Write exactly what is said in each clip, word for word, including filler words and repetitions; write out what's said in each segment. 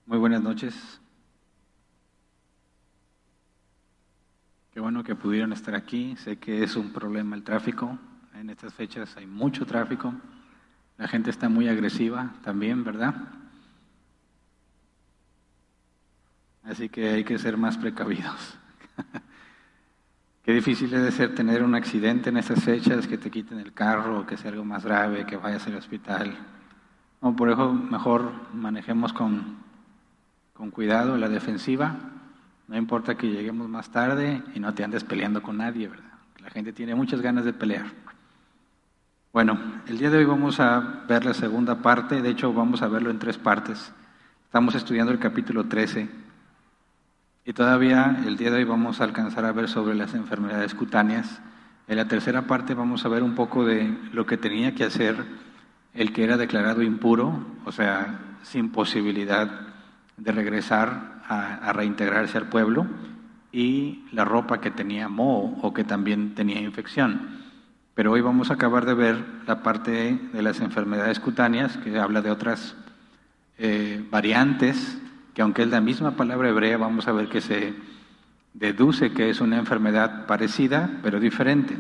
Muy buenas noches. Qué bueno que pudieron estar aquí. Sé que es un problema el tráfico. En estas fechas hay mucho tráfico. La gente está muy agresiva también, ¿verdad? Así que hay que ser más precavidos. Qué difícil debe ser tener un accidente en estas fechas, que te quiten el carro, que sea algo más grave, que vayas al hospital. No, por eso mejor manejemos con, con cuidado la defensiva. No importa que lleguemos más tarde y no te andes peleando con nadie, ¿verdad? La gente tiene muchas ganas de pelear. Bueno, el día de hoy vamos a ver la segunda parte, de hecho vamos a verlo en tres partes. Estamos estudiando el capítulo trece y todavía el día de hoy vamos a alcanzar a ver sobre las enfermedades cutáneas. En la tercera parte vamos a ver un poco de lo que tenía que hacer el que era declarado impuro, o sea, sin posibilidad de regresar a, a reintegrarse al pueblo, y la ropa que tenía moho o que también tenía infección. Pero hoy vamos a acabar de ver la parte de las enfermedades cutáneas, que habla de otras eh, variantes, que aunque es la misma palabra hebrea, vamos a ver que se deduce que es una enfermedad parecida, pero diferente.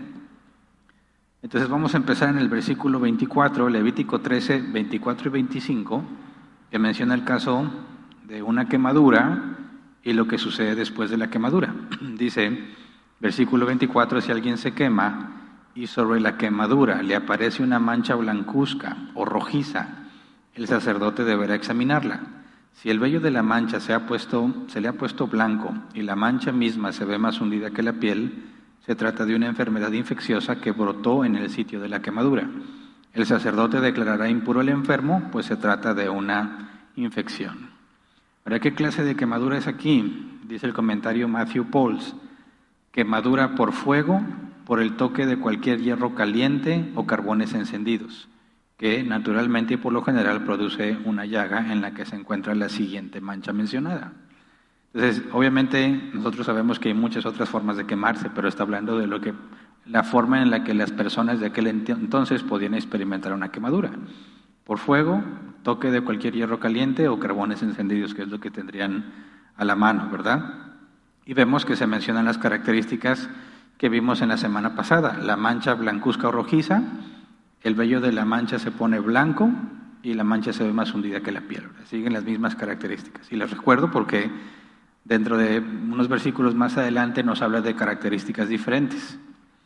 Entonces vamos a empezar en el versículo veinticuatro, Levítico trece, veinticuatro y veinticinco, que menciona el caso de una quemadura y lo que sucede después de la quemadura. Dice, versículo veinticuatro, si alguien se quema y sobre la quemadura le aparece una mancha blancuzca o rojiza, el sacerdote deberá examinarla. Si el vello de la mancha se, ha puesto, se le ha puesto blanco y la mancha misma se ve más hundida que la piel, se trata de una enfermedad infecciosa que brotó en el sitio de la quemadura. El sacerdote declarará impuro al enfermo, pues se trata de una infección. ¿Para qué clase de quemadura es aquí? Dice el comentario Matthew Pauls: quemadura por fuego, por el toque de cualquier hierro caliente o carbones encendidos, que naturalmente y por lo general produce una llaga en la que se encuentra la siguiente mancha mencionada. Entonces, obviamente nosotros sabemos que hay muchas otras formas de quemarse, pero está hablando de lo que, la forma en la que las personas de aquel entonces podían experimentar una quemadura. Por fuego, toque de cualquier hierro caliente o carbones encendidos, que es lo que tendrían a la mano, ¿verdad? Y vemos que se mencionan las características que vimos en la semana pasada: la mancha blancuzca o rojiza, el vello de la mancha se pone blanco y la mancha se ve más hundida que la piel. Siguen las mismas características. Y les recuerdo porque dentro de unos versículos más adelante nos habla de características diferentes.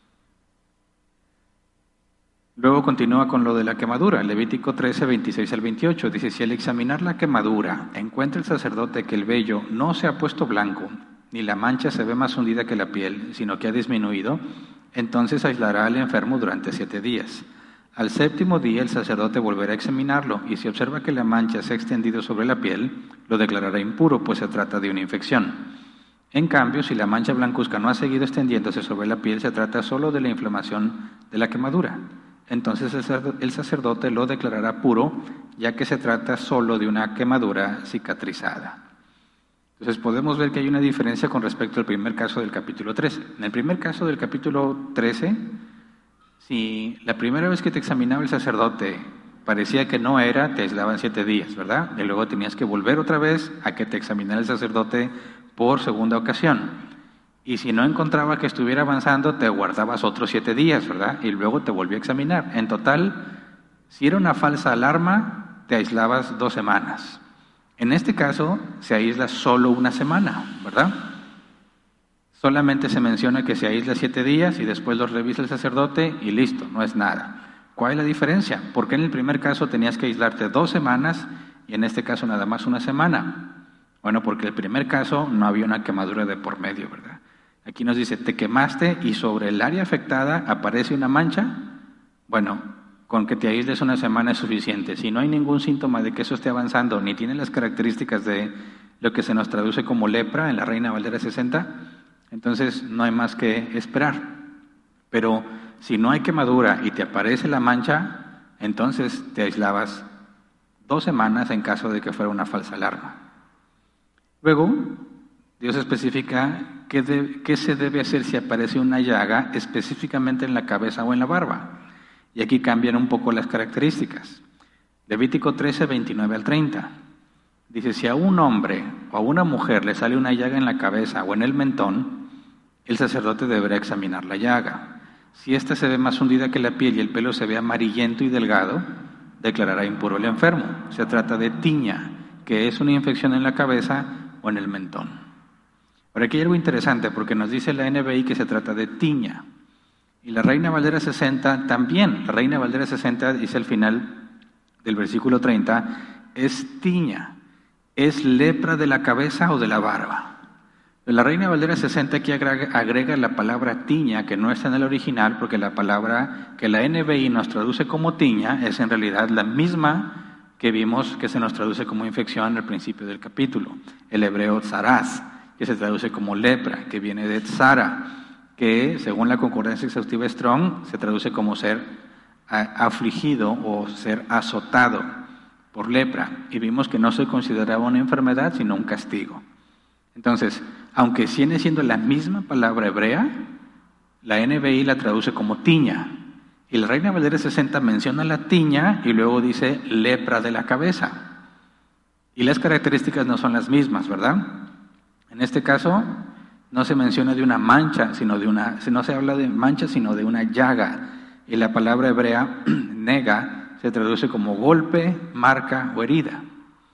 Luego continúa con lo de la quemadura, Levítico trece, veintiséis al veintiocho. Dice, si al examinar la quemadura encuentra el sacerdote que el vello no se ha puesto blanco, ni la mancha se ve más hundida que la piel, sino que ha disminuido, entonces aislará al enfermo durante siete días. Al séptimo día el sacerdote volverá a examinarlo, y si observa que la mancha se ha extendido sobre la piel, lo declarará impuro, pues se trata de una infección. En cambio, si la mancha blancuzca no ha seguido extendiéndose sobre la piel, se trata solo de la inflamación de la quemadura. Entonces el sacerdote lo declarará puro, ya que se trata solo de una quemadura cicatrizada. Entonces podemos ver que hay una diferencia con respecto al primer caso del capítulo trece. En el primer caso del capítulo trece, si la primera vez que te examinaba el sacerdote parecía que no era, te aislaban siete días, ¿verdad? Y luego tenías que volver otra vez a que te examinara el sacerdote por segunda ocasión. Y si no encontraba que estuviera avanzando, te guardabas otros siete días, ¿verdad? Y luego te volvió a examinar. En total, si era una falsa alarma, te aislabas dos semanas. En este caso, se aísla solo una semana, ¿verdad? Solamente se menciona que se aísla siete días y después los revisa el sacerdote y listo, no es nada. ¿Cuál es la diferencia? ¿Por qué en el primer caso tenías que aislarte dos semanas y en este caso nada más una semana? Bueno, porque en el primer caso no había una quemadura de por medio, ¿verdad? Aquí nos dice, te quemaste y sobre el área afectada aparece una mancha. Bueno, con que te aísles una semana es suficiente. Si no hay ningún síntoma de que eso esté avanzando, ni tiene las características de lo que se nos traduce como lepra en la Reina Valera sesenta, entonces no hay más que esperar. Pero si no hay quemadura y te aparece la mancha, entonces te aislabas dos semanas en caso de que fuera una falsa alarma. Luego, Dios especifica qué, de, qué se debe hacer si aparece una llaga específicamente en la cabeza o en la barba. Y aquí cambian un poco las características. Levítico trece, veintinueve al treinta. Dice, si a un hombre o a una mujer le sale una llaga en la cabeza o en el mentón, el sacerdote deberá examinar la llaga. Si ésta se ve más hundida que la piel y el pelo se ve amarillento y delgado, declarará impuro el enfermo. Se trata de tiña, que es una infección en la cabeza o en el mentón. Ahora aquí hay algo interesante porque nos dice la N B I que se trata de tiña. Y la Reina Valera sesenta también. La Reina Valera sesenta dice al final del versículo treinta, es tiña, es lepra de la cabeza o de la barba. La Reina Valera sesenta aquí agrega, agrega la palabra tiña, que no está en el original, porque la palabra que la N B I nos traduce como tiña es en realidad la misma que vimos que se nos traduce como infección al principio del capítulo. El hebreo tzaraz, que se traduce como lepra, que viene de tzara, que según la concordancia exhaustiva Strong se traduce como ser afligido o ser azotado por lepra. Y vimos que no se consideraba una enfermedad, sino un castigo. Entonces, aunque sigue siendo la misma palabra hebrea, la N B I la traduce como tiña. Y la Reina Valera sesenta menciona la tiña y luego dice lepra de la cabeza. Y las características no son las mismas, ¿verdad? En este caso, no se menciona de una mancha, sino de una, no se habla de mancha, sino de una llaga. Y la palabra hebrea, nega, se traduce como golpe, marca o herida.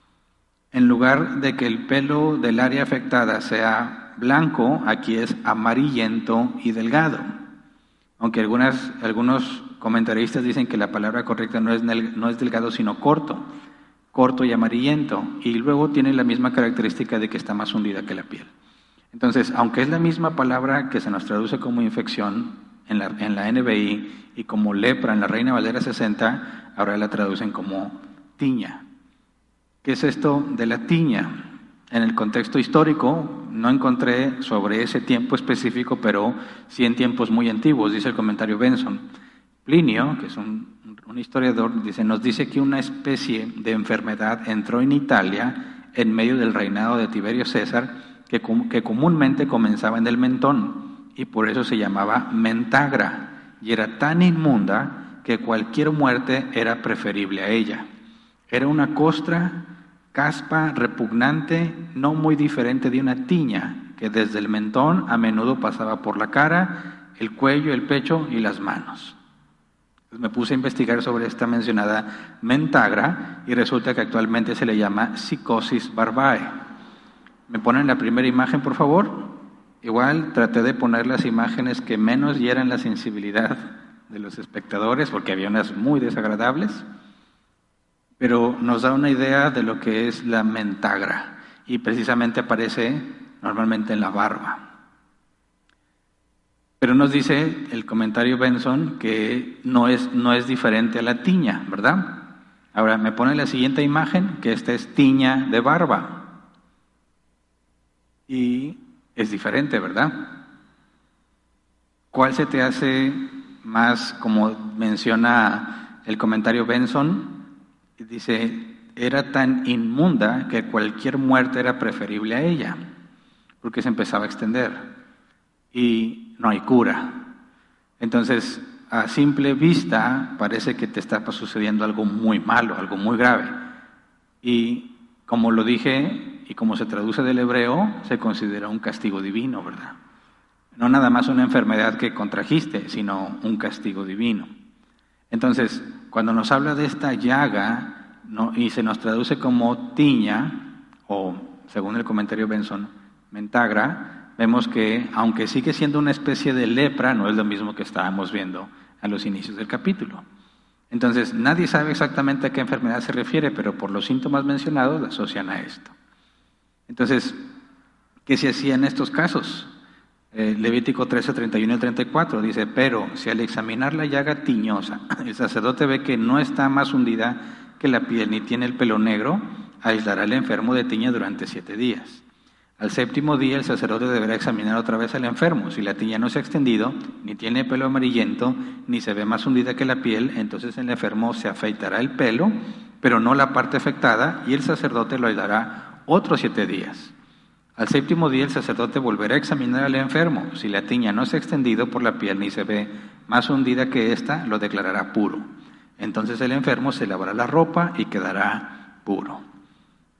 En lugar de que el pelo del área afectada sea blanco, aquí es amarillento y delgado. Aunque algunas, algunos comentaristas dicen que la palabra correcta no es, no es delgado, sino corto, corto y amarillento. Y luego tiene la misma característica de que está más hundida que la piel. Entonces, aunque es la misma palabra que se nos traduce como infección en la, en la N B I y como lepra en la Reina Valera sesenta, ahora la traducen como tiña. ¿Qué es esto de la tiña? En el contexto histórico no encontré sobre ese tiempo específico, pero sí en tiempos muy antiguos, dice el comentario Benson. Plinio, que es un, un historiador, dice, nos dice que una especie de enfermedad entró en Italia en medio del reinado de Tiberio César, que, que comúnmente comenzaba en el mentón, y por eso se llamaba mentagra, y era tan inmunda que cualquier muerte era preferible a ella. Era una costra, caspa, repugnante, no muy diferente de una tiña, que desde el mentón a menudo pasaba por la cara, el cuello, el pecho y las manos. Entonces me puse a investigar sobre esta mencionada mentagra y resulta que actualmente se le llama psicosis barbae. ¿Me ponen la primera imagen, por favor? Igual traté de poner las imágenes que menos hieran la sensibilidad de los espectadores, porque había unas muy desagradables. Pero nos da una idea de lo que es la mentagra y precisamente aparece normalmente en la barba. Pero nos dice el comentario Benson que no es, no es diferente a la tiña, ¿verdad? Ahora me pone la siguiente imagen, que esta es tiña de barba. Y es diferente, ¿verdad? ¿Cuál se te hace más, como menciona el comentario Benson? Dice, era tan inmunda que cualquier muerte era preferible a ella, porque se empezaba a extender y no hay cura. Entonces, a simple vista, parece que te está sucediendo algo muy malo, algo muy grave. Y como lo dije, y como se traduce del hebreo, se considera un castigo divino, ¿verdad? No nada más una enfermedad que contrajiste, sino un castigo divino. Entonces, cuando nos habla de esta llaga, ¿no?, y se nos traduce como tiña, o según el comentario Benson, mentagra, vemos que aunque sigue siendo una especie de lepra, no es lo mismo que estábamos viendo a los inicios del capítulo. Entonces, nadie sabe exactamente a qué enfermedad se refiere, pero por los síntomas mencionados la asocian a esto. Entonces, ¿qué se hacía en estos casos? Eh, Levítico trece, treinta y uno y treinta y cuatro dice, pero si al examinar la llaga tiñosa, el sacerdote ve que no está más hundida que la piel ni tiene el pelo negro, aislará al enfermo de tiña durante siete días. Al séptimo día el sacerdote deberá examinar otra vez al enfermo. Si la tiña no se ha extendido, ni tiene pelo amarillento, ni se ve más hundida que la piel, entonces el enfermo se afeitará el pelo, pero no la parte afectada, y el sacerdote lo aislará otros siete días. Al séptimo día el sacerdote volverá a examinar al enfermo. Si la tiña no se ha extendido por la piel ni se ve más hundida que ésta, lo declarará puro. Entonces el enfermo se lavará la ropa y quedará puro.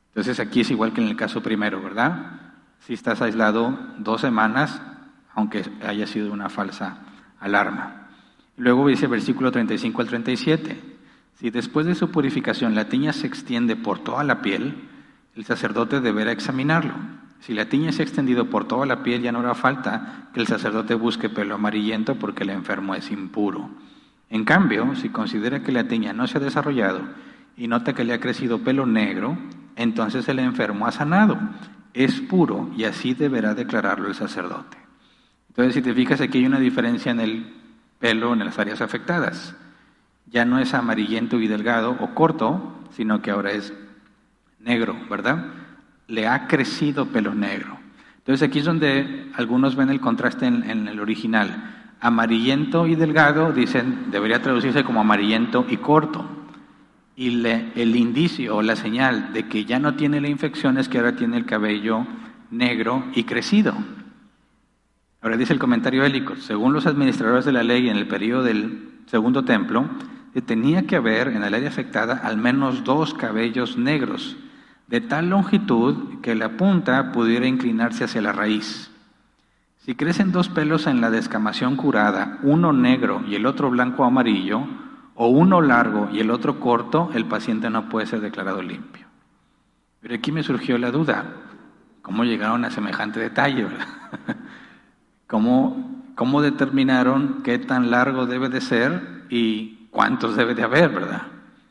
Entonces aquí es igual que en el caso primero, ¿verdad? Si estás aislado dos semanas, aunque haya sido una falsa alarma. Luego dice el versículo treinta y cinco al treinta y siete. Si después de su purificación la tiña se extiende por toda la piel, el sacerdote deberá examinarlo. Si la tiña se ha extendido por toda la piel, ya no hará falta que el sacerdote busque pelo amarillento porque el enfermo es impuro. En cambio, si considera que la tiña no se ha desarrollado y nota que le ha crecido pelo negro, entonces el enfermo ha sanado, es puro y así deberá declararlo el sacerdote. Entonces, si te fijas, aquí hay una diferencia en el pelo en las áreas afectadas. Ya no es amarillento y delgado o corto, sino que ahora es negro, ¿verdad? Le ha crecido pelo negro. Entonces aquí es donde algunos ven el contraste en, en el original. Amarillento y delgado, dicen, debería traducirse como amarillento y corto. Y le, el indicio o la señal de que ya no tiene la infección es que ahora tiene el cabello negro y crecido. Ahora dice el comentario Hélico, según los administradores de la ley en el periodo del segundo templo, tenía que haber en el área afectada al menos dos cabellos negros, de tal longitud que la punta pudiera inclinarse hacia la raíz. Si crecen dos pelos en la descamación curada, uno negro y el otro blanco o amarillo, o uno largo y el otro corto, el paciente no puede ser declarado limpio. Pero aquí me surgió la duda, ¿cómo llegaron a semejante detalle, verdad? ¿Cómo, ¿Cómo determinaron qué tan largo debe de ser y cuántos debe de haber, verdad?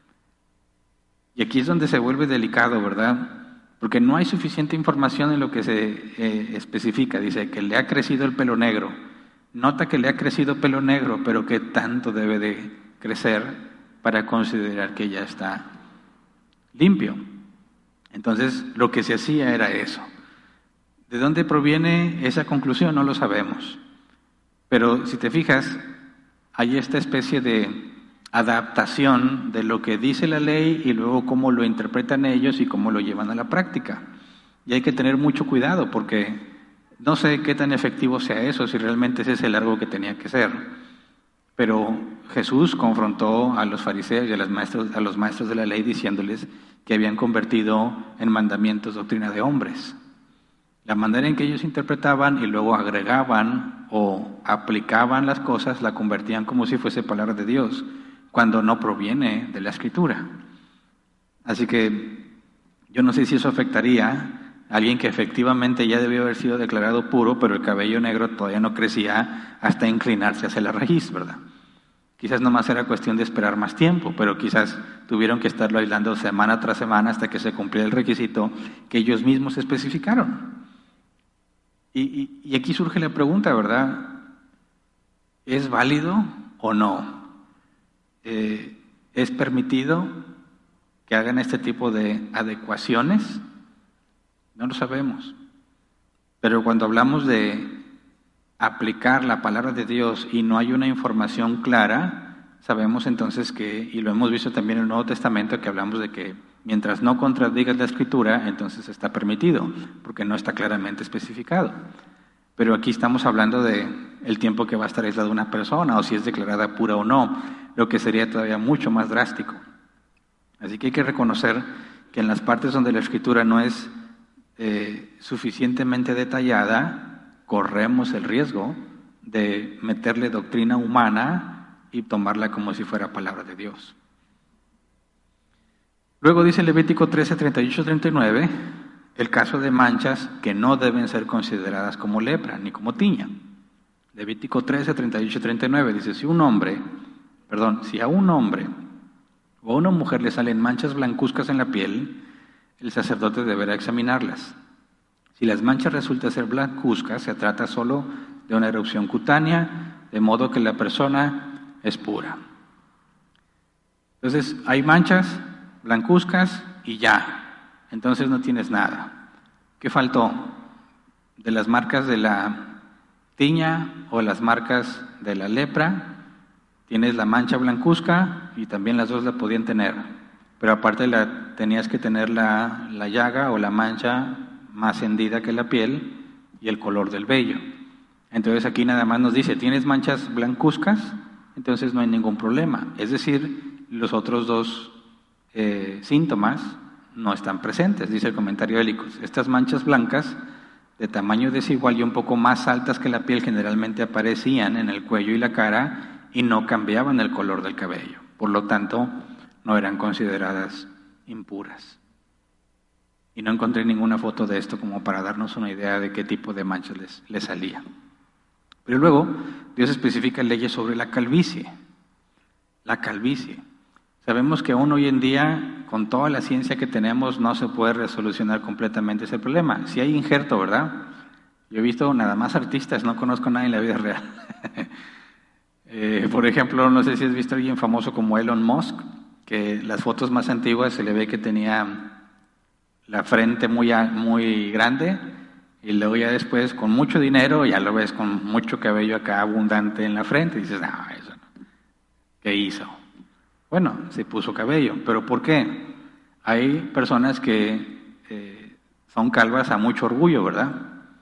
Y aquí es donde se vuelve delicado, ¿verdad? Porque no hay suficiente información en lo que se eh, especifica. Dice que le ha crecido el pelo negro. Nota que le ha crecido pelo negro, pero ¿qué tanto debe de crecer para considerar que ya está limpio? Entonces, lo que se hacía era eso. ¿De dónde proviene esa conclusión? No lo sabemos. Pero si te fijas, hay esta especie de adaptación de lo que dice la ley y luego cómo lo interpretan ellos y cómo lo llevan a la práctica. Y hay que tener mucho cuidado porque no sé qué tan efectivo sea eso, si realmente ese es el largo que tenía que ser. Pero Jesús confrontó a los fariseos y a los maestros, a los maestros de la ley diciéndoles que habían convertido en mandamientos doctrina de hombres. La manera en que ellos interpretaban y luego agregaban o aplicaban las cosas la convertían como si fuese palabra de Dios, cuando no proviene de la Escritura. Así que yo no sé si eso afectaría a alguien que efectivamente ya debió haber sido declarado puro, pero el cabello negro todavía no crecía hasta inclinarse hacia la raíz, ¿verdad? Quizás nomás era cuestión de esperar más tiempo, pero quizás tuvieron que estarlo aislando semana tras semana hasta que se cumpliera el requisito que ellos mismos especificaron. Y, y, y aquí surge la pregunta, ¿verdad? ¿Es válido o no? Eh, ¿Es permitido que hagan este tipo de adecuaciones? No lo sabemos. Pero cuando hablamos de aplicar la palabra de Dios y no hay una información clara, sabemos entonces que, y lo hemos visto también en el Nuevo Testamento, que hablamos de que mientras no contradigas la Escritura, entonces está permitido, porque no está claramente especificado. Pero aquí estamos hablando de el tiempo que va a estar aislada una persona, o si es declarada pura o no, lo que sería todavía mucho más drástico. Así que hay que reconocer que en las partes donde la Escritura no es eh, suficientemente detallada, corremos el riesgo de meterle doctrina humana y tomarla como si fuera palabra de Dios. Luego dice Levítico trece, treinta y ocho, treinta y nueve, el caso de manchas que no deben ser consideradas como lepra ni como tiña. Levítico trece, treinta y ocho, treinta y nueve dice, si un hombre, perdón, si a un hombre o a una mujer le salen manchas blancuzcas en la piel, el sacerdote deberá examinarlas. Si las manchas resultan ser blancuzcas, se trata solo de una erupción cutánea, de modo que la persona es pura. Entonces, hay manchas blancuzcas y ya, entonces no tienes nada. ¿Qué faltó? ¿De las marcas de la tiña o las marcas de la lepra? Tienes la mancha blancuzca y también las dos la podían tener, pero aparte la, tenías que tener la, la llaga o la mancha más hendida que la piel y el color del vello. Entonces aquí nada más nos dice, ¿tienes manchas blancuzcas? Entonces no hay ningún problema. Es decir, los otros dos eh, síntomas no están presentes, dice el comentario de Helicos. Estas manchas blancas, de tamaño desigual y un poco más altas que la piel, generalmente aparecían en el cuello y la cara y no cambiaban el color del cabello. Por lo tanto, no eran consideradas impuras. Y no encontré ninguna foto de esto como para darnos una idea de qué tipo de manchas les, les salía. Pero luego, Dios especifica leyes sobre la calvicie. La calvicie. Sabemos que aún hoy en día, con toda la ciencia que tenemos, no se puede resolucionar completamente ese problema. Si hay injerto, ¿verdad? Yo he visto nada más artistas, no conozco a nadie en la vida real. eh, por ejemplo, no sé si has visto a alguien famoso como Elon Musk, que las fotos más antiguas se le ve que tenía la frente muy, muy grande, y luego ya después con mucho dinero ya lo ves con mucho cabello acá abundante en la frente y dices, no, eso no. ¿Qué hizo? Bueno, se puso cabello, pero ¿por qué? Hay personas que eh, son calvas a mucho orgullo, ¿verdad?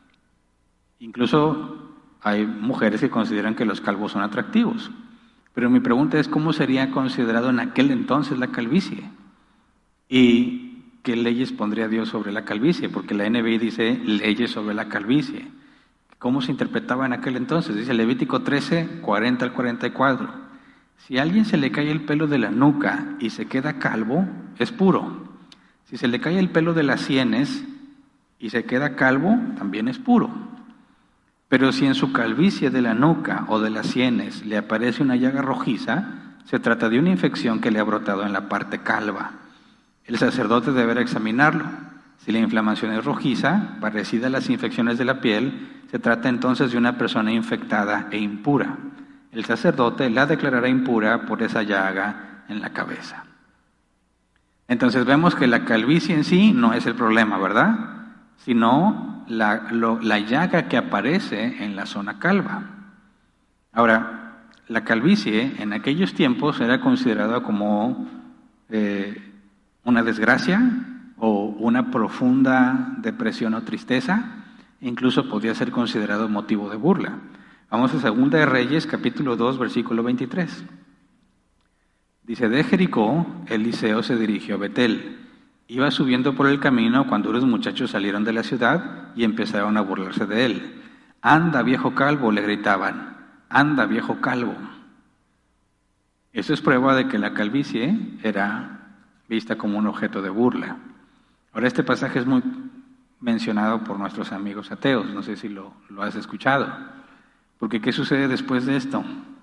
Incluso hay mujeres que consideran que los calvos son atractivos, pero mi pregunta es, ¿cómo sería considerado en aquel entonces la calvicie? Y ¿qué leyes pondría Dios sobre la calvicie? Porque la N B I dice leyes sobre la calvicie. ¿Cómo se interpretaba en aquel entonces? Dice Levítico trece, cuarenta al cuarenta y cuatro. Si a alguien se le cae el pelo de la nuca y se queda calvo, es puro. Si se le cae el pelo de las sienes y se queda calvo, también es puro. Pero si en su calvicie de la nuca o de las sienes le aparece una llaga rojiza, se trata de una infección que le ha brotado en la parte calva. El sacerdote deberá examinarlo. Si la inflamación es rojiza, parecida a las infecciones de la piel, se trata entonces de una persona infectada e impura. El sacerdote la declarará impura por esa llaga en la cabeza. Entonces vemos que la calvicie en sí no es el problema, ¿verdad? Sino la, lo, la llaga que aparece en la zona calva. Ahora, la calvicie en aquellos tiempos era considerada como eh, una desgracia o una profunda depresión o tristeza, incluso podía ser considerado motivo de burla. Vamos a Segunda de Reyes, capítulo dos, versículo veintitrés. Dice, de Jericó, Eliseo se dirigió a Betel. Iba subiendo por el camino cuando unos muchachos salieron de la ciudad y empezaron a burlarse de él. Anda, viejo calvo, le gritaban. Anda, viejo calvo. Eso es prueba de que la calvicie era vista como un objeto de burla. Ahora, este pasaje es muy mencionado por nuestros amigos ateos, no sé si lo, lo has escuchado, porque ¿qué sucede después de esto?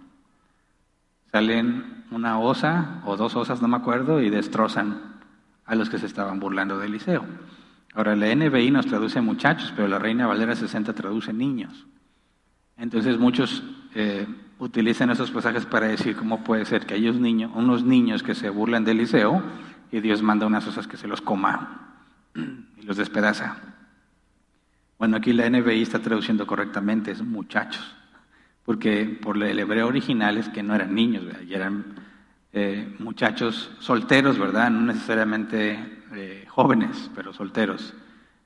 Salen una osa o dos osas, no me acuerdo, y destrozan a los que se estaban burlando de Eliseo. Ahora, la N B I nos traduce muchachos, pero la Reina Valera sesenta traduce niños. Entonces muchos eh, utilizan esos pasajes para decir cómo puede ser que hay unos niños, unos niños que se burlan de Eliseo y Dios manda unas osas que se los coma y los despedaza. Bueno, aquí la N B I está traduciendo correctamente, es muchachos, porque por el hebreo original es que no eran niños, ¿verdad? Y eran eh, muchachos solteros, ¿verdad? No necesariamente eh, jóvenes, pero solteros.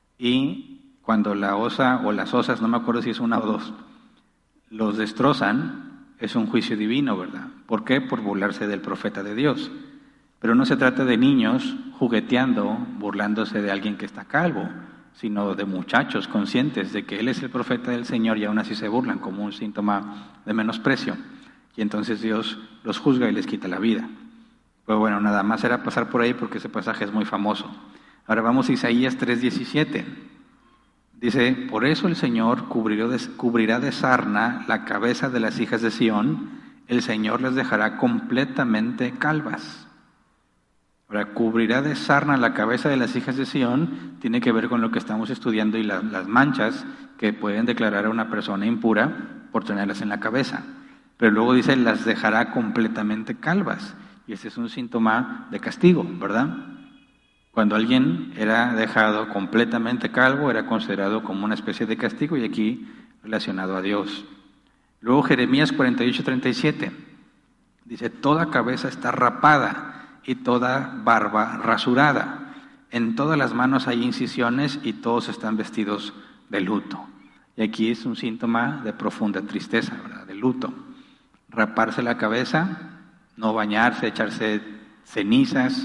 Y cuando la osa o las osas, no me acuerdo si es una o dos, los destrozan, es un juicio divino, ¿verdad? ¿Por qué? Por burlarse del profeta de Dios. Pero no se trata de niños jugueteando, burlándose de alguien que está calvo, sino de muchachos conscientes de que Él es el profeta del Señor y aún así se burlan como un síntoma de menosprecio. Y entonces Dios los juzga y les quita la vida. Pues bueno, nada más era pasar por ahí porque ese pasaje es muy famoso. Ahora vamos a Isaías tres diecisiete. Dice, por eso el Señor cubrirá de, cubrirá de sarna la cabeza de las hijas de Sión, el Señor les dejará completamente calvas. Ahora, cubrirá de sarna la cabeza de las hijas de Sión, tiene que ver con lo que estamos estudiando y la, las manchas que pueden declarar a una persona impura por tenerlas en la cabeza. Pero luego dice, las dejará completamente calvas. Y ese es un síntoma de castigo, ¿verdad? Cuando alguien era dejado completamente calvo, era considerado como una especie de castigo y aquí relacionado a Dios. Luego Jeremías cuarenta y ocho treinta y siete dice, toda cabeza está rapada y toda barba rasurada. En todas las manos hay incisiones y todos están vestidos de luto. Y aquí es un síntoma de profunda tristeza, ¿verdad? De luto. Raparse la cabeza, no bañarse, echarse cenizas,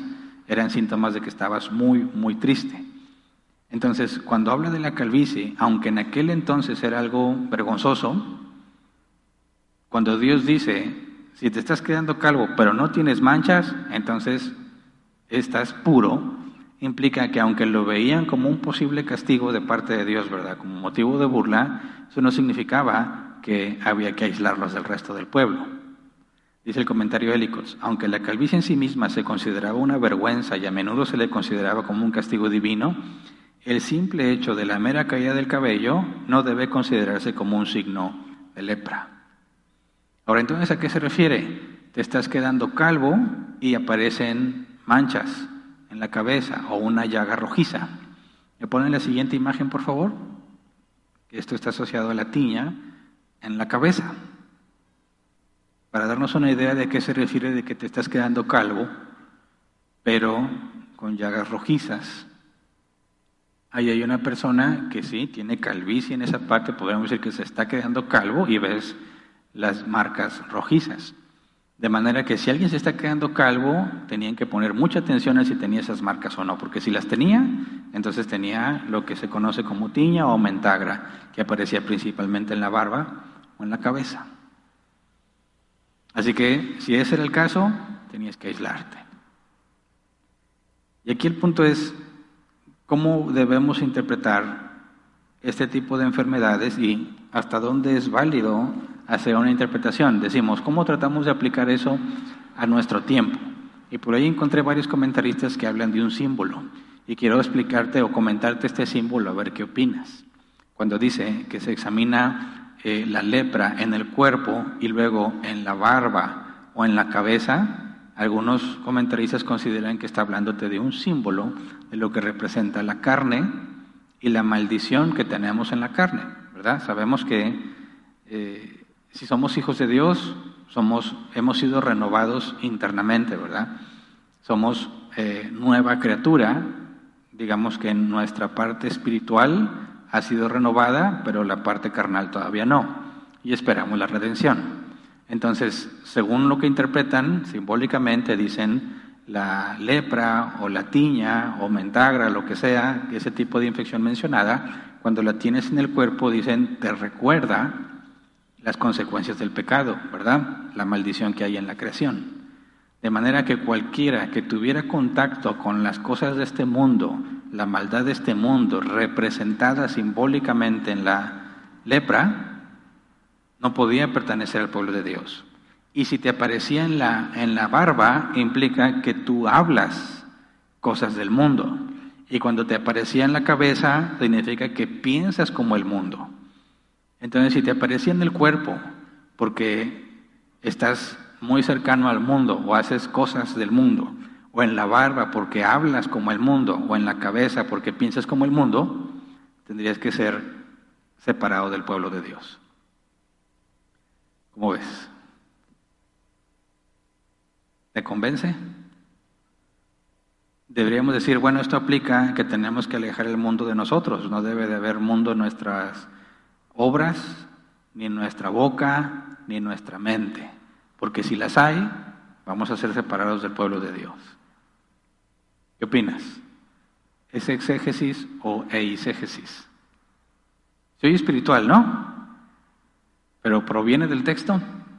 eran síntomas de que estabas muy, muy triste. Entonces, cuando habla de la calvicie, aunque en aquel entonces era algo vergonzoso, cuando Dios dice, si te estás quedando calvo pero no tienes manchas, entonces estás puro, implica que aunque lo veían como un posible castigo de parte de Dios, ¿verdad?, como motivo de burla, eso no significaba que había que aislarlos del resto del pueblo. Dice el comentario de Ellicott, aunque la calvicie en sí misma se consideraba una vergüenza y a menudo se le consideraba como un castigo divino, el simple hecho de la mera caída del cabello no debe considerarse como un signo de lepra. Ahora, entonces, ¿a qué se refiere? Te estás quedando calvo y aparecen manchas en la cabeza o una llaga rojiza. ¿Me ponen la siguiente imagen, por favor? Esto está asociado a la tiña en la cabeza. Para darnos una idea de qué se refiere de que te estás quedando calvo, pero con llagas rojizas. Ahí hay una persona que sí, tiene calvicie en esa parte, podríamos decir que se está quedando calvo y ves las marcas rojizas. De manera que si alguien se está quedando calvo, tenían que poner mucha atención a si tenía esas marcas o no, porque si las tenía, entonces tenía lo que se conoce como tiña o mentagra, que aparecía principalmente en la barba o en la cabeza. Así que, si ese era el caso, tenías que aislarte. Y aquí el punto es, ¿cómo debemos interpretar este tipo de enfermedades y hasta dónde es válido hacer una interpretación? Decimos, ¿cómo tratamos de aplicar eso a nuestro tiempo? Y por ahí encontré varios comentaristas que hablan de un símbolo. Y quiero explicarte o comentarte este símbolo, a ver qué opinas. Cuando dice que se examina eh, la lepra en el cuerpo y luego en la barba o en la cabeza, algunos comentaristas consideran que está hablándote de un símbolo de lo que representa la carne y la maldición que tenemos en la carne, ¿verdad? Sabemos que eh, si somos hijos de Dios, somos, hemos sido renovados internamente, ¿verdad? Somos eh, nueva criatura, digamos que en nuestra parte espiritual ha sido renovada, pero la parte carnal todavía no, y esperamos la redención. Entonces, según lo que interpretan, simbólicamente dicen la lepra o la tiña o mentagra, lo que sea, ese tipo de infección mencionada, cuando la tienes en el cuerpo, dicen, te recuerda las consecuencias del pecado, ¿verdad? La maldición que hay en la creación. De manera que cualquiera que tuviera contacto con las cosas de este mundo, la maldad de este mundo, representada simbólicamente en la lepra, no podía pertenecer al pueblo de Dios. Y si te aparecía en la, en la barba, implica que tú hablas cosas del mundo. Y cuando te aparecía en la cabeza, significa que piensas como el mundo. Entonces, si te aparecía en el cuerpo, porque estás muy cercano al mundo o haces cosas del mundo, o en la barba porque hablas como el mundo, o en la cabeza porque piensas como el mundo, tendrías que ser separado del pueblo de Dios. ¿Cómo ves? ¿Te convence? Deberíamos decir, bueno, esto aplica que tenemos que alejar el mundo de nosotros, no debe de haber mundo en nuestras obras, ni en nuestra boca, ni en nuestra mente, porque si las hay, vamos a ser separados del pueblo de Dios. ¿Qué opinas? ¿Es exégesis o eisegesis? Soy espiritual, ¿no? ¿Pero proviene del texto?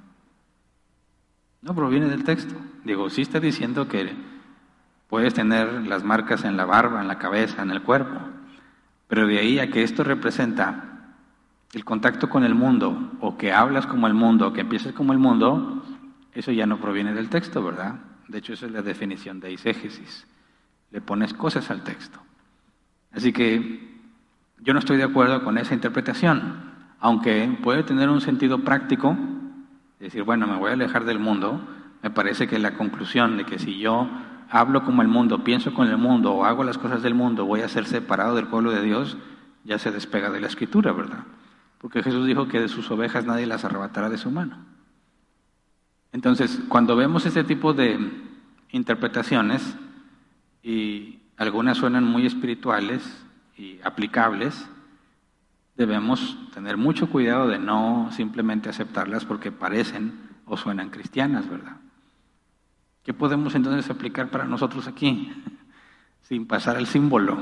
No proviene del texto. Digo, sí está diciendo que puedes tener las marcas en la barba, en la cabeza, en el cuerpo, pero de ahí a que esto representa el contacto con el mundo, o que hablas como el mundo, o que empiezas como el mundo, eso ya no proviene del texto, ¿verdad? De hecho, esa es la definición de eisegesis. Le pones cosas al texto. Así que yo no estoy de acuerdo con esa interpretación, aunque puede tener un sentido práctico, decir, bueno, me voy a alejar del mundo. Me parece que la conclusión de que si yo hablo como el mundo, pienso con el mundo, o hago las cosas del mundo, voy a ser separado del pueblo de Dios, ya se despega de la Escritura, ¿verdad? Porque Jesús dijo que de sus ovejas nadie las arrebatará de su mano. Entonces, cuando vemos este tipo de interpretaciones, y algunas suenan muy espirituales y aplicables, debemos tener mucho cuidado de no simplemente aceptarlas porque parecen o suenan cristianas, ¿verdad? ¿Qué podemos entonces aplicar para nosotros aquí? Sin pasar al símbolo.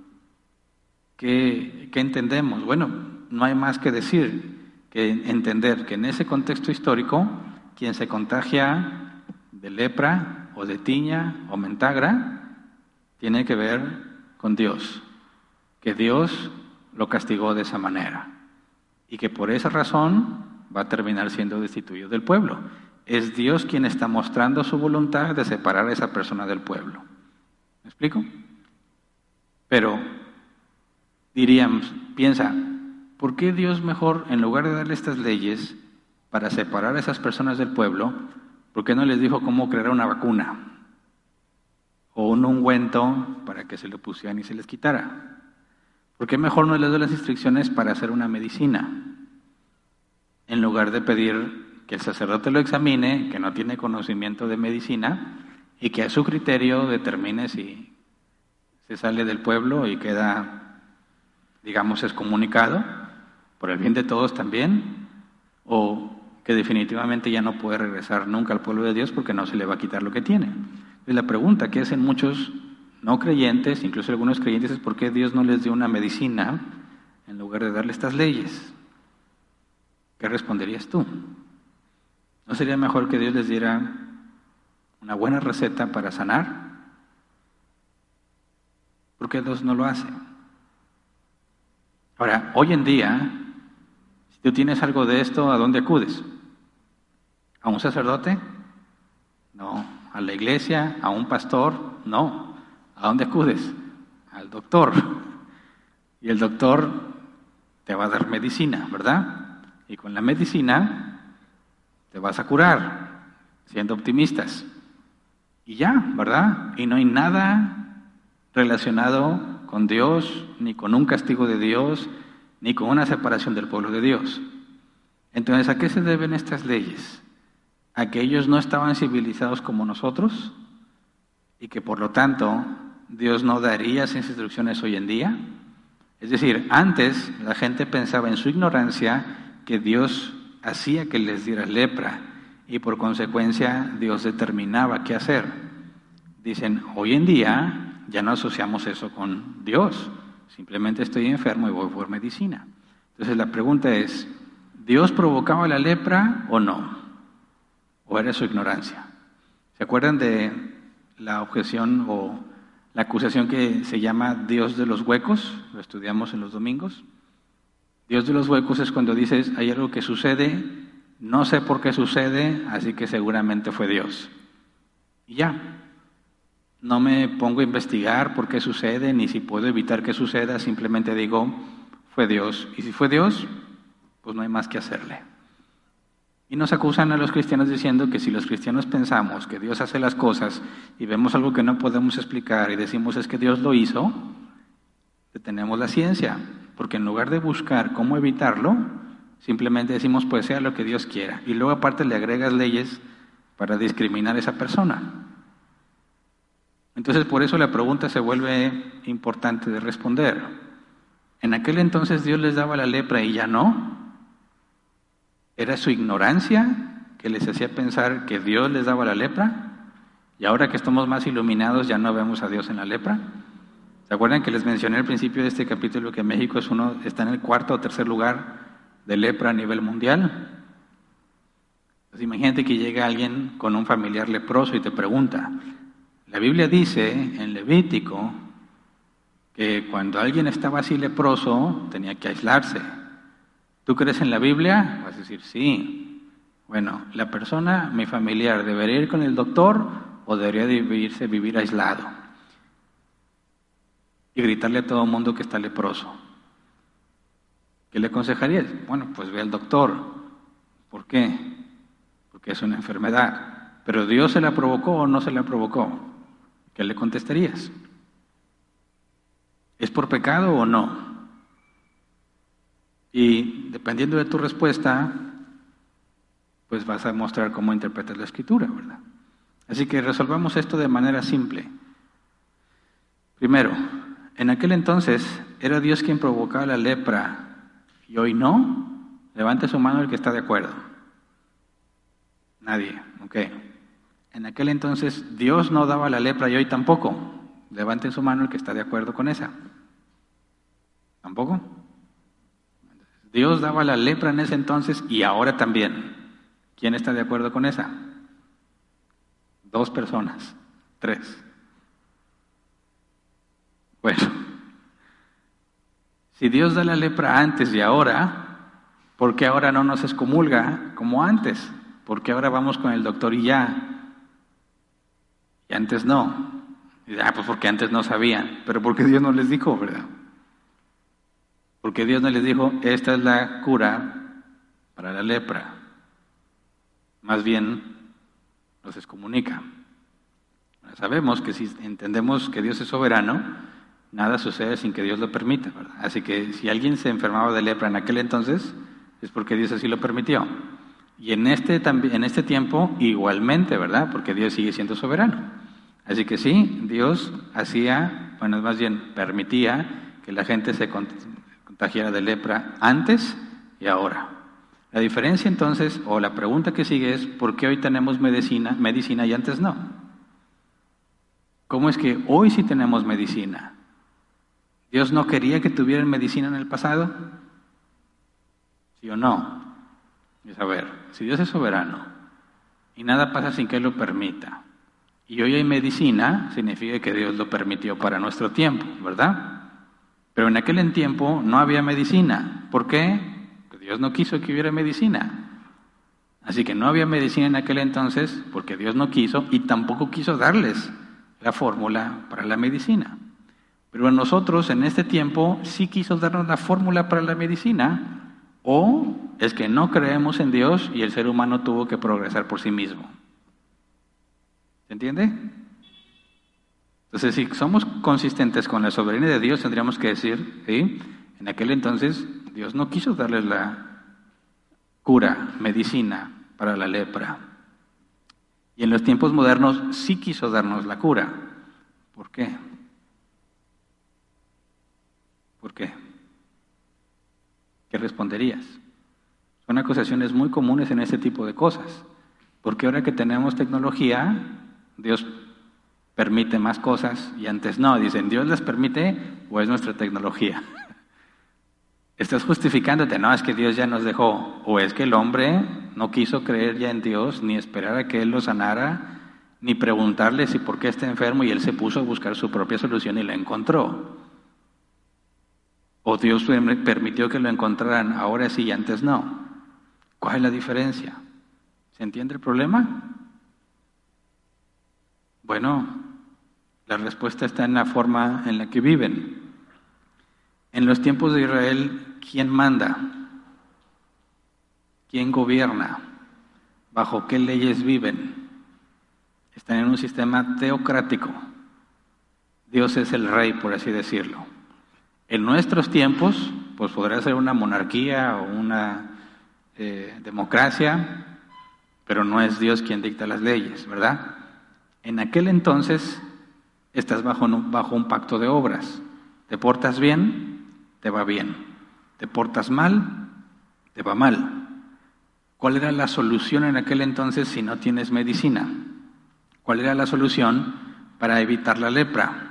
¿Qué, qué entendemos? Bueno, no hay más que decir que entender que en ese contexto histórico, quien se contagia de lepra o de tiña o mentagra, tiene que ver con Dios, que Dios lo castigó de esa manera y que por esa razón va a terminar siendo destituido del pueblo. Es Dios quien está mostrando su voluntad de separar a esa persona del pueblo. ¿Me explico? Pero diríamos, piensa, ¿por qué Dios mejor, en lugar de darle estas leyes para separar a esas personas del pueblo, por qué no les dijo cómo crear una vacuna o un ungüento para que se lo pusieran y se les quitara? ¿Por qué mejor no les dio las instrucciones para hacer una medicina? En lugar de pedir que el sacerdote lo examine, que no tiene conocimiento de medicina, y que a su criterio determine si se sale del pueblo y queda, digamos, excomunicado, por el bien de todos también, o que definitivamente ya no puede regresar nunca al pueblo de Dios porque no se le va a quitar lo que tiene. Entonces la pregunta que hacen muchos no creyentes, incluso algunos creyentes, es ¿por qué Dios no les dio una medicina en lugar de darle estas leyes? ¿Qué responderías tú? ¿No sería mejor que Dios les diera una buena receta para sanar? ¿Por qué Dios no lo hace? Ahora, hoy en día, si tú tienes algo de esto, ¿a dónde acudes? ¿A un sacerdote? No. ¿A la iglesia? ¿A un pastor? No. ¿A dónde acudes? Al doctor. Y el doctor te va a dar medicina, ¿verdad? Y con la medicina te vas a curar, siendo optimistas. Y ya, ¿verdad? Y no hay nada relacionado con Dios, ni con un castigo de Dios, ni con una separación del pueblo de Dios. Entonces, ¿a qué se deben estas leyes? ¿A que ellos no estaban civilizados como nosotros? Y que por lo tanto Dios no daría esas instrucciones hoy en día. Es decir, antes la gente pensaba en su ignorancia que Dios hacía que les diera lepra y por consecuencia Dios determinaba qué hacer. Dicen, hoy en día ya no asociamos eso con Dios, simplemente estoy enfermo y voy por medicina. Entonces la pregunta es, ¿Dios provocaba la lepra o no? ¿O era su ignorancia? ¿Se acuerdan de la objeción o la acusación que se llama Dios de los huecos? Lo estudiamos en los domingos. Dios de los huecos es cuando dices, hay algo que sucede, no sé por qué sucede, así que seguramente fue Dios. Y ya, no me pongo a investigar por qué sucede, ni si puedo evitar que suceda, simplemente digo, fue Dios. Y si fue Dios, pues no hay más que hacerle. Y nos acusan a los cristianos diciendo que si los cristianos pensamos que Dios hace las cosas y vemos algo que no podemos explicar y decimos es que Dios lo hizo, detenemos la ciencia. Porque en lugar de buscar cómo evitarlo, simplemente decimos, pues sea lo que Dios quiera. Y luego aparte le agregas leyes para discriminar a esa persona. Entonces por eso la pregunta se vuelve importante de responder. ¿En aquel entonces Dios les daba la lepra y ya no? ¿Era su ignorancia que les hacía pensar que Dios les daba la lepra? ¿Y ahora que estamos más iluminados ya no vemos a Dios en la lepra? ¿Se acuerdan que les mencioné al principio de este capítulo que México es uno, está en el cuarto o tercer lugar de lepra a nivel mundial? Pues imagínate que llega alguien con un familiar leproso y te pregunta, la Biblia dice en Levítico que cuando alguien estaba así leproso tenía que aislarse. ¿Tú crees en la Biblia? Vas a decir, sí. Bueno, la persona, mi familiar, ¿debería ir con el doctor o debería de irse a vivir aislado? Y gritarle a todo el mundo que está leproso. ¿Qué le aconsejarías? Bueno, pues ve al doctor. ¿Por qué? Porque es una enfermedad. ¿Pero Dios se la provocó o no se la provocó? ¿Qué le contestarías? ¿Es por pecado o no? Y dependiendo de tu respuesta, pues vas a mostrar cómo interpretas la Escritura, ¿verdad? Así que resolvamos esto de manera simple. Primero, en aquel entonces, ¿era Dios quien provocaba la lepra y hoy no? Levante su mano el que está de acuerdo. Nadie, ok. En aquel entonces Dios no daba la lepra y hoy tampoco. Levante su mano el que está de acuerdo con esa. ¿Tampoco? Dios daba la lepra en ese entonces y ahora también. ¿Quién está de acuerdo con esa? Dos personas, tres. Bueno, si Dios da la lepra antes y ahora, ¿por qué ahora no nos excomulga como antes? ¿Por qué ahora vamos con el doctor y ya? Y antes no. Y, ah, pues porque antes no sabían. Pero porque Dios no les dijo, ¿verdad? Porque Dios no les dijo, esta es la cura para la lepra. Más bien, los excomunica. Sabemos que si entendemos que Dios es soberano, nada sucede sin que Dios lo permita, ¿verdad? Así que si alguien se enfermaba de lepra en aquel entonces, es porque Dios así lo permitió. Y en este, en este tiempo igualmente, ¿verdad? Porque Dios sigue siendo soberano. Así que sí, Dios hacía, bueno, más bien permitía que la gente se contagiara de lepra antes y ahora. La diferencia entonces, o la pregunta que sigue es, ¿por qué hoy tenemos medicina, medicina y antes no? ¿Cómo es que hoy sí tenemos medicina? ¿Dios no quería que tuvieran medicina en el pasado? ¿Sí o no? Es a ver, si Dios es soberano y nada pasa sin que Él lo permita, y hoy hay medicina, significa que Dios lo permitió para nuestro tiempo, ¿verdad? Pero en aquel tiempo no había medicina. ¿Por qué? Porque Dios no quiso que hubiera medicina. Así que no había medicina en aquel entonces porque Dios no quiso y tampoco quiso darles la fórmula para la medicina. Pero a nosotros en este tiempo sí quiso darnos la fórmula para la medicina, o es que no creemos en Dios y el ser humano tuvo que progresar por sí mismo. ¿Se entiende? Entonces, si somos consistentes con la soberanía de Dios, tendríamos que decir, ¿sí? En aquel entonces Dios no quiso darles la cura, medicina para la lepra. Y en los tiempos modernos sí quiso darnos la cura. ¿Por qué? ¿Por qué? ¿Qué responderías? Son acusaciones muy comunes en este tipo de cosas. Porque ahora que tenemos tecnología, Dios permite más cosas y antes no. Dicen, ¿Dios las permite o es nuestra tecnología? Estás justificándote, no, es que Dios ya nos dejó, o es que el hombre no quiso creer ya en Dios, ni esperar a que Él lo sanara, ni preguntarle si por qué está enfermo y Él se puso a buscar su propia solución y la encontró. O Dios permitió que lo encontraran, ahora sí y antes no. ¿Cuál es la diferencia? ¿Se entiende el problema? Bueno, la respuesta está en la forma en la que viven. En los tiempos de Israel, ¿quién manda? ¿Quién gobierna? ¿Bajo qué leyes viven? Están en un sistema teocrático. Dios es el rey, por así decirlo. En nuestros tiempos, pues podrá ser una monarquía o una eh, democracia, pero no es Dios quien dicta las leyes, ¿verdad? En aquel entonces estás bajo un, bajo un pacto de obras. ¿Te portas bien? Te va bien. ¿Te portas mal? Te va mal. ¿Cuál era la solución en aquel entonces si no tienes medicina? ¿Cuál era la solución para evitar la lepra?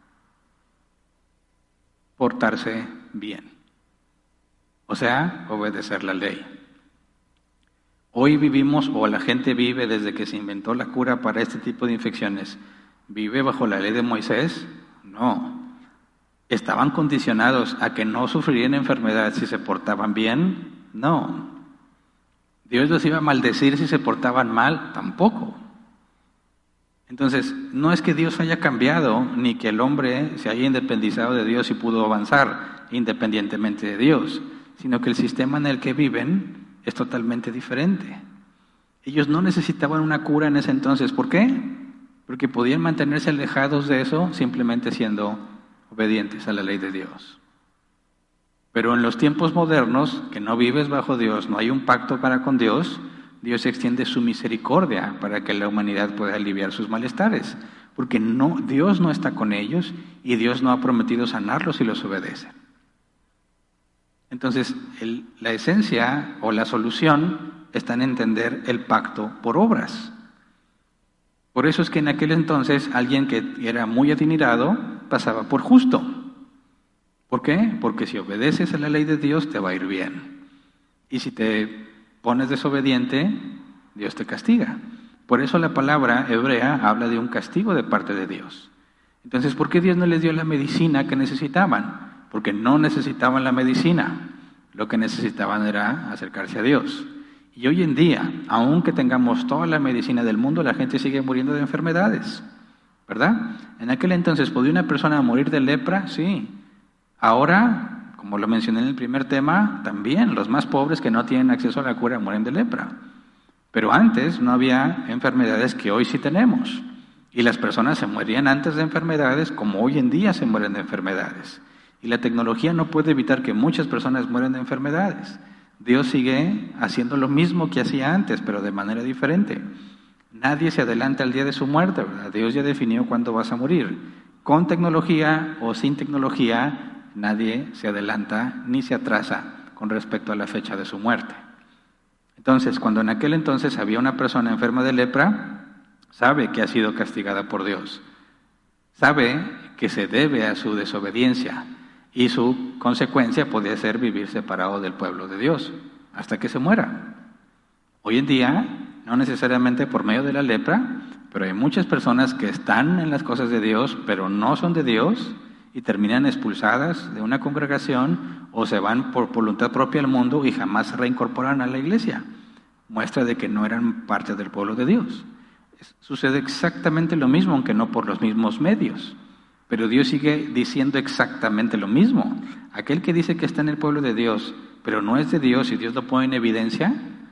Portarse bien. O sea, obedecer la ley. Hoy vivimos, o la gente vive desde que se inventó la cura para este tipo de infecciones, ¿vive bajo la ley de Moisés? No. ¿Estaban condicionados a que no sufrirían enfermedad si se portaban bien? No. ¿Dios los iba a maldecir si se portaban mal? Tampoco. Entonces, no es que Dios haya cambiado, ni que el hombre se haya independizado de Dios y pudo avanzar independientemente de Dios, sino que el sistema en el que viven es totalmente diferente. Ellos no necesitaban una cura en ese entonces. ¿Por qué? Porque podían mantenerse alejados de eso simplemente siendo obedientes a la ley de Dios. Pero en los tiempos modernos, que no vives bajo Dios, no hay un pacto para con Dios, Dios extiende su misericordia para que la humanidad pueda aliviar sus malestares, porque no, Dios no está con ellos y Dios no ha prometido sanarlos si los obedecen. Entonces, el, la esencia o la solución está en entender el pacto por obras. Por eso es que en aquel entonces alguien que era muy adinerado pasaba por justo. ¿Por qué? Porque si obedeces a la ley de Dios te va a ir bien. Y si te pones desobediente, Dios te castiga. Por eso la palabra hebrea habla de un castigo de parte de Dios. Entonces, ¿por qué Dios no les dio la medicina que necesitaban? Porque no necesitaban la medicina. Lo que necesitaban era acercarse a Dios. Y hoy en día, aunque tengamos toda la medicina del mundo, la gente sigue muriendo de enfermedades, ¿verdad? En aquel entonces, ¿podía una persona morir de lepra? Sí. Ahora, como lo mencioné en el primer tema, también los más pobres que no tienen acceso a la cura mueren de lepra. Pero antes no había enfermedades que hoy sí tenemos. Y las personas se morían antes de enfermedades como hoy en día se mueren de enfermedades. Y la tecnología no puede evitar que muchas personas mueran de enfermedades. Dios sigue haciendo lo mismo que hacía antes, pero de manera diferente. Nadie se adelanta al día de su muerte, ¿verdad? Dios ya definió cuándo vas a morir. Con tecnología o sin tecnología, nadie se adelanta ni se atrasa con respecto a la fecha de su muerte. Entonces, cuando en aquel entonces había una persona enferma de lepra, sabe que ha sido castigada por Dios. Sabe que se debe a su desobediencia y su consecuencia podía ser vivir separado del pueblo de Dios hasta que se muera. Hoy en día, no necesariamente por medio de la lepra, pero hay muchas personas que están en las cosas de Dios, pero no son de Dios y terminan expulsadas de una congregación o se van por voluntad propia al mundo y jamás se reincorporan a la iglesia. Muestra de que no eran parte del pueblo de Dios. Sucede exactamente lo mismo, aunque no por los mismos medios. Pero Dios sigue diciendo exactamente lo mismo. Aquel que dice que está en el pueblo de Dios, pero no es de Dios y Dios lo pone en evidencia,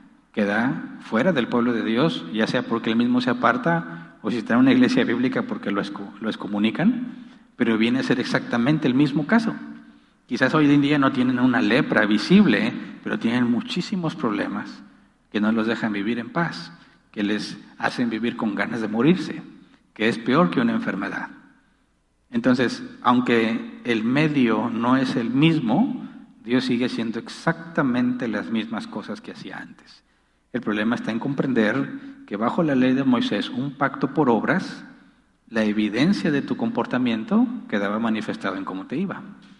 queda fuera del pueblo de Dios, ya sea porque él mismo se aparta o si está en una iglesia bíblica porque lo, exco- lo excomunican, pero viene a ser exactamente el mismo caso. Quizás hoy en día no tienen una lepra visible, pero tienen muchísimos problemas que no los dejan vivir en paz, que les hacen vivir con ganas de morirse, que es peor que una enfermedad. Entonces, aunque el medio no es el mismo, Dios sigue haciendo exactamente las mismas cosas que hacía antes. El problema está en comprender que bajo la ley de Moisés, un pacto por obras, la evidencia de tu comportamiento quedaba manifestado en cómo te iba.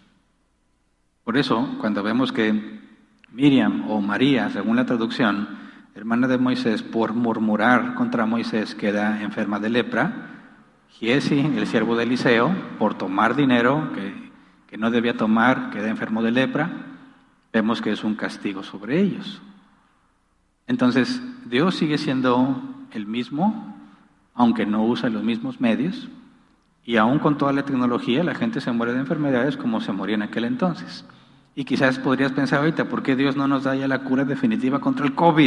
Por eso, cuando vemos que Miriam o María, según la traducción, hermana de Moisés, por murmurar contra Moisés queda enferma de lepra, Giesi, el siervo de Eliseo, por tomar dinero que, que no debía tomar, queda enfermo de lepra, vemos que es un castigo sobre ellos. Entonces, Dios sigue siendo el mismo, aunque no usa los mismos medios, y aún con toda la tecnología, la gente se muere de enfermedades como se moría en aquel entonces. Y quizás podrías pensar ahorita, ¿por qué Dios no nos da ya la cura definitiva contra el COVID?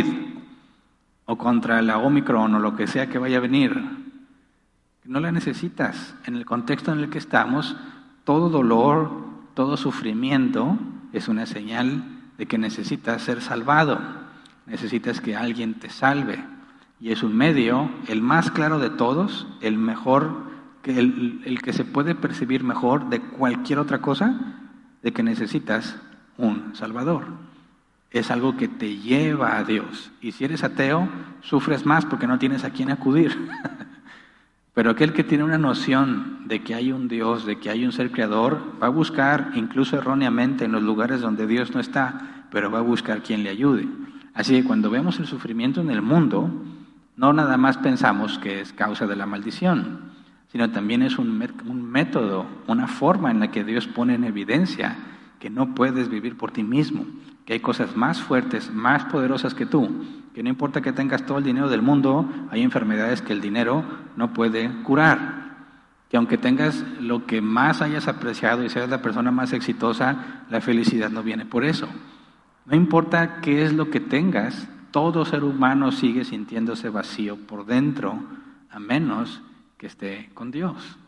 O contra la Omicron, o lo que sea que vaya a venir. No la necesitas. En el contexto en el que estamos, todo dolor, todo sufrimiento es una señal de que necesitas ser salvado. Necesitas que alguien te salve. Y es un medio, el más claro de todos, el mejor, el, el que se puede percibir mejor de cualquier otra cosa, de que necesitas un Salvador. Es algo que te lleva a Dios. Y si eres ateo, sufres más porque no tienes a quién acudir. Pero aquel que tiene una noción de que hay un Dios, de que hay un ser creador, va a buscar, incluso erróneamente, en los lugares donde Dios no está, pero va a buscar quien le ayude. Así que cuando vemos el sufrimiento en el mundo, no nada más pensamos que es causa de la maldición, sino también es un, un método, una forma en la que Dios pone en evidencia que no puedes vivir por ti mismo, que hay cosas más fuertes, más poderosas que tú, que no importa que tengas todo el dinero del mundo, hay enfermedades que el dinero no puede curar, que aunque tengas lo que más hayas apreciado y seas la persona más exitosa, la felicidad no viene por eso. No importa qué es lo que tengas, todo ser humano sigue sintiéndose vacío por dentro, a menos que esté con Dios.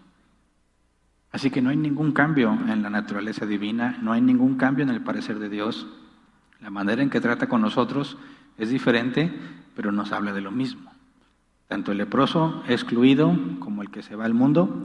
Así que no hay ningún cambio en la naturaleza divina, no hay ningún cambio en el parecer de Dios. La manera en que trata con nosotros es diferente, pero nos habla de lo mismo. Tanto el leproso excluido como el que se va al mundo,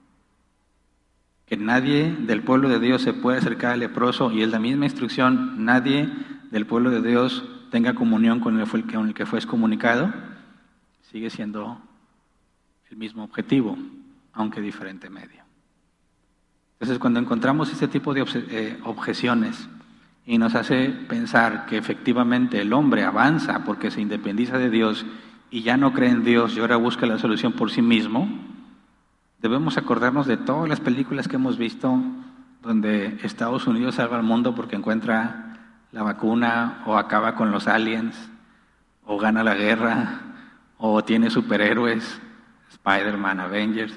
que nadie del pueblo de Dios se puede acercar al leproso, y es la misma instrucción, nadie del pueblo de Dios tenga comunión con el, con el que fue excomunicado, sigue siendo el mismo objetivo, aunque diferente medio. Entonces, cuando encontramos este tipo de obje- eh, objeciones y nos hace pensar que efectivamente el hombre avanza porque se independiza de Dios y ya no cree en Dios y ahora busca la solución por sí mismo, debemos acordarnos de todas las películas que hemos visto donde Estados Unidos salva al mundo porque encuentra la vacuna o acaba con los aliens o gana la guerra o tiene superhéroes, Spider-Man, Avengers.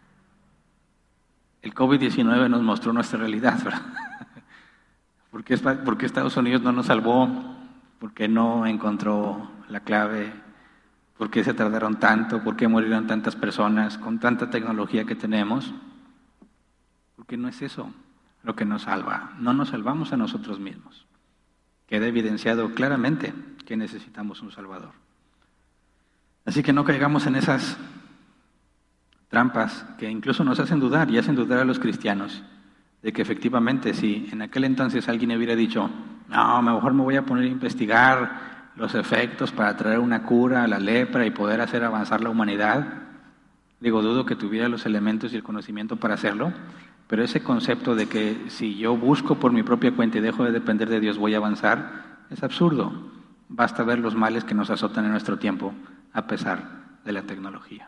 El COVID diecinueve nos mostró nuestra realidad, ¿verdad? ¿Por qué, por qué Estados Unidos no nos salvó? ¿Por qué no encontró la clave? ¿Por qué se tardaron tanto? ¿Por qué murieron tantas personas con tanta tecnología que tenemos? Porque no es eso lo que nos salva. No nos salvamos a nosotros mismos. Queda evidenciado claramente que necesitamos un Salvador. Así que no caigamos en esas trampas que incluso nos hacen dudar y hacen dudar a los cristianos de que efectivamente si en aquel entonces alguien hubiera dicho, no, mejor me voy a poner a investigar los efectos para traer una cura a la lepra y poder hacer avanzar la humanidad, digo, dudo que tuviera los elementos y el conocimiento para hacerlo, pero ese concepto de que si yo busco por mi propia cuenta y dejo de depender de Dios voy a avanzar, es absurdo. Basta ver los males que nos azotan en nuestro tiempo a pesar de la tecnología.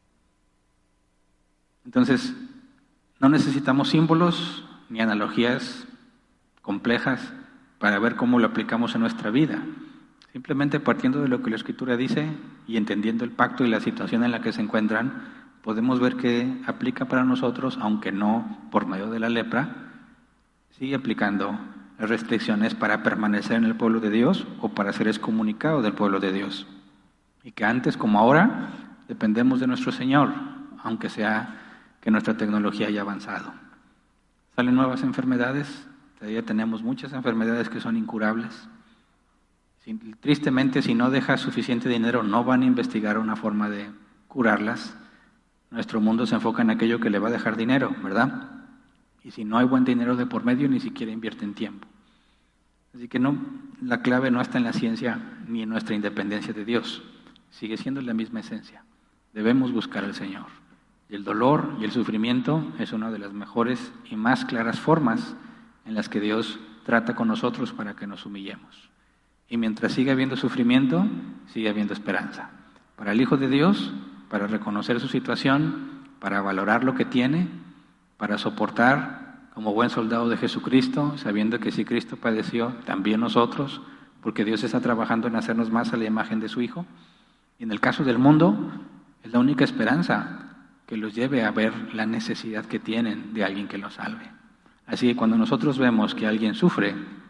Entonces, no necesitamos símbolos ni analogías complejas para ver cómo lo aplicamos en nuestra vida. Simplemente partiendo de lo que la Escritura dice y entendiendo el pacto y la situación en la que se encuentran, podemos ver que aplica para nosotros, aunque no por medio de la lepra, sigue aplicando las restricciones para permanecer en el pueblo de Dios o para ser excomunicado del pueblo de Dios. Y que antes como ahora dependemos de nuestro Señor, aunque sea que nuestra tecnología haya avanzado. Salen nuevas enfermedades, todavía tenemos muchas enfermedades que son incurables. Tristemente, si no dejas suficiente dinero, no van a investigar una forma de curarlas. Nuestro mundo se enfoca en aquello que le va a dejar dinero, ¿verdad? Y si no hay buen dinero de por medio, ni siquiera invierten tiempo. Así que no, la clave no está en la ciencia ni en nuestra independencia de Dios. Sigue siendo la misma esencia. Debemos buscar al Señor. Y el dolor y el sufrimiento es una de las mejores y más claras formas en las que Dios trata con nosotros para que nos humillemos. Y mientras siga habiendo sufrimiento, sigue habiendo esperanza. Para el Hijo de Dios, para reconocer su situación, para valorar lo que tiene, para soportar como buen soldado de Jesucristo, sabiendo que si Cristo padeció, también nosotros, porque Dios está trabajando en hacernos más a la imagen de su Hijo. Y en el caso del mundo, es la única esperanza que los lleve a ver la necesidad que tienen de alguien que los salve. Así que cuando nosotros vemos que alguien sufre,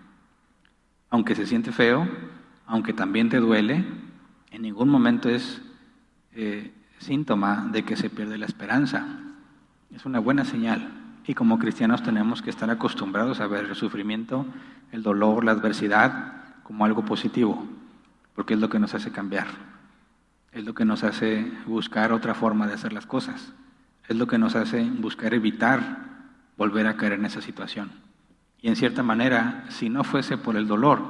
aunque se siente feo, aunque también te duele, en ningún momento es eh, síntoma de que se pierde la esperanza. Es una buena señal. Y como cristianos tenemos que estar acostumbrados a ver el sufrimiento, el dolor, la adversidad como algo positivo, porque es lo que nos hace cambiar. Es lo que nos hace buscar otra forma de hacer las cosas. Es lo que nos hace buscar evitar volver a caer en esa situación. Y en cierta manera, si no fuese por el dolor,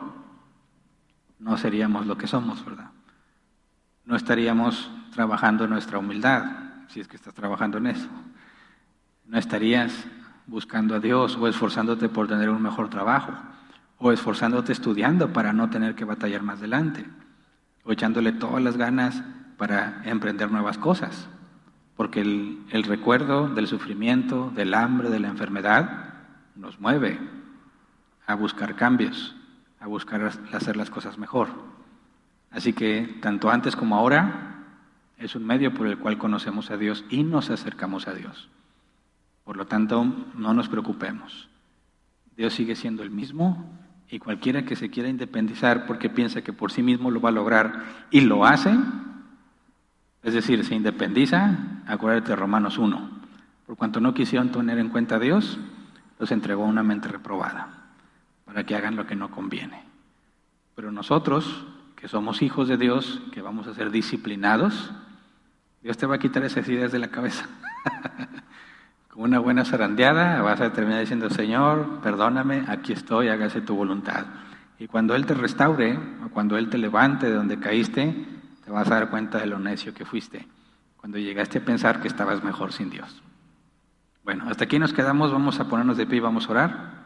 no seríamos lo que somos, ¿verdad? No estaríamos trabajando en nuestra humildad, si es que estás trabajando en eso. No estarías buscando a Dios o esforzándote por tener un mejor trabajo, o esforzándote estudiando para no tener que batallar más adelante, o echándole todas las ganas para emprender nuevas cosas, porque el, el recuerdo del sufrimiento, del hambre, de la enfermedad, nos mueve a buscar cambios, a buscar hacer las cosas mejor. Así que tanto antes como ahora es un medio por el cual conocemos a Dios y nos acercamos a Dios. Por lo tanto, no nos preocupemos. Dios sigue siendo el mismo y cualquiera que se quiera independizar porque piensa que por sí mismo lo va a lograr y lo hace, es decir, se independiza, acuérdate de Romanos uno. Por cuanto no quisieron tener en cuenta a Dios, los entregó a una mente reprobada para que hagan lo que no conviene. Pero nosotros, que somos hijos de Dios, que vamos a ser disciplinados, Dios te va a quitar esas ideas de la cabeza. Con una buena zarandeada vas a terminar diciendo, Señor, perdóname, aquí estoy, hágase tu voluntad. Y cuando Él te restaure, o cuando Él te levante de donde caíste, te vas a dar cuenta de lo necio que fuiste. cuando llegaste a pensar que estabas mejor sin Dios. Bueno, hasta aquí nos quedamos, vamos a ponernos de pie y vamos a orar.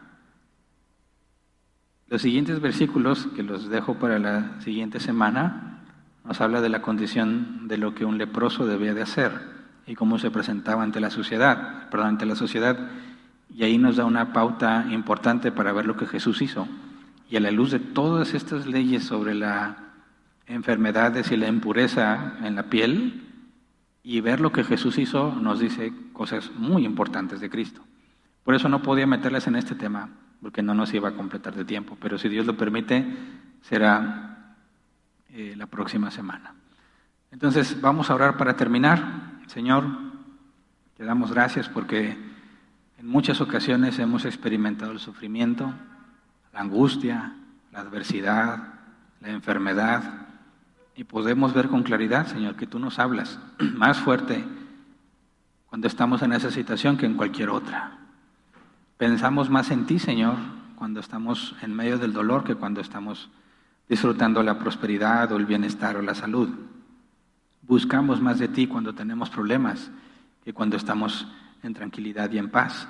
Los siguientes versículos, que los dejo para la siguiente semana, nos habla de la condición de lo que un leproso debía de hacer y cómo se presentaba ante la sociedad, perdón, ante la sociedad, y ahí nos da una pauta importante para ver lo que Jesús hizo. Y a la luz de todas estas leyes sobre las enfermedades y la impureza en la piel, y ver lo que Jesús hizo, nos dice cosas muy importantes de Cristo. Por eso no podía meterlas en este tema, porque no nos iba a completar de tiempo, pero si Dios lo permite, será eh, la próxima semana. Entonces, vamos a orar para terminar. Señor, te damos gracias porque en muchas ocasiones hemos experimentado el sufrimiento, la angustia, la adversidad, la enfermedad, y podemos ver con claridad, Señor, que tú nos hablas más fuerte cuando estamos en esa situación que en cualquier otra. Pensamos más en ti, Señor, cuando estamos en medio del dolor que cuando estamos disfrutando la prosperidad o el bienestar o la salud. Buscamos más de ti cuando tenemos problemas que cuando estamos en tranquilidad y en paz.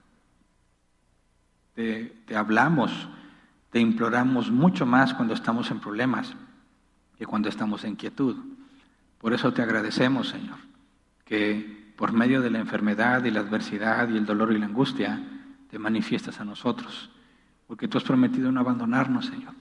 Te, te hablamos, te imploramos mucho más cuando estamos en problemas que cuando estamos en quietud. Por eso te agradecemos, Señor, que por medio de la enfermedad y la adversidad y el dolor y la angustia, te manifiestas a nosotros, porque tú has prometido no abandonarnos, Señor.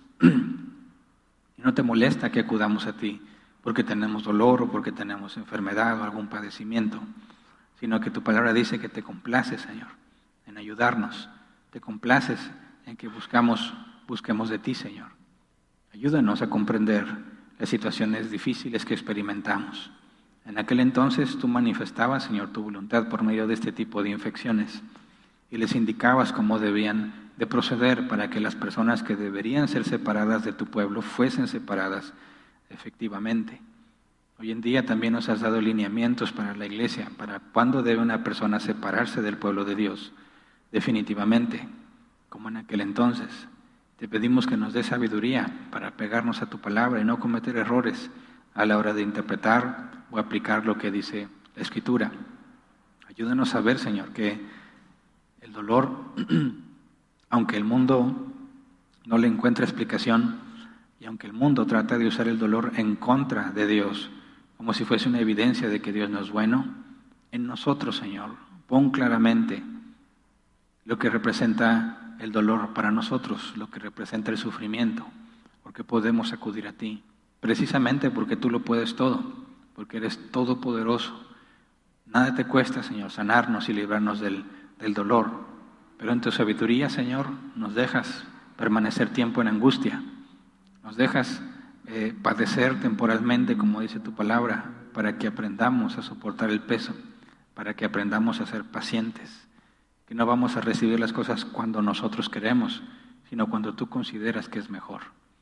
Y no te molesta que acudamos a ti porque tenemos dolor o porque tenemos enfermedad o algún padecimiento, sino que tu palabra dice que te complaces, Señor, en ayudarnos. Te complaces en que buscamos, busquemos de ti, Señor. Ayúdanos a comprender las situaciones difíciles que experimentamos. En aquel entonces tú manifestabas, Señor, tu voluntad por medio de este tipo de infecciones y les indicabas cómo debían de proceder para que las personas que deberían ser separadas de tu pueblo fuesen separadas efectivamente. Hoy en día también nos has dado lineamientos para la iglesia, para cuándo debe una persona separarse del pueblo de Dios, definitivamente, como en aquel entonces. Te pedimos que nos des sabiduría para pegarnos a tu palabra y no cometer errores a la hora de interpretar o aplicar lo que dice la Escritura. Ayúdanos a ver, Señor, que el dolor, aunque el mundo no le encuentra explicación y aunque el mundo trata de usar el dolor en contra de Dios, como si fuese una evidencia de que Dios no es bueno, en nosotros, Señor, pon claramente lo que representa el dolor para nosotros, lo que representa el sufrimiento, porque podemos acudir a ti, precisamente porque tú lo puedes todo, porque eres todopoderoso. Nada te cuesta, Señor, sanarnos y librarnos del, del dolor, pero en tu sabiduría, Señor, nos dejas permanecer tiempo en angustia, nos dejas eh, padecer temporalmente, como dice tu palabra, para que aprendamos a soportar el peso, para que aprendamos a ser pacientes, que no vamos a recibir las cosas cuando nosotros queremos, sino cuando tú consideras que es mejor.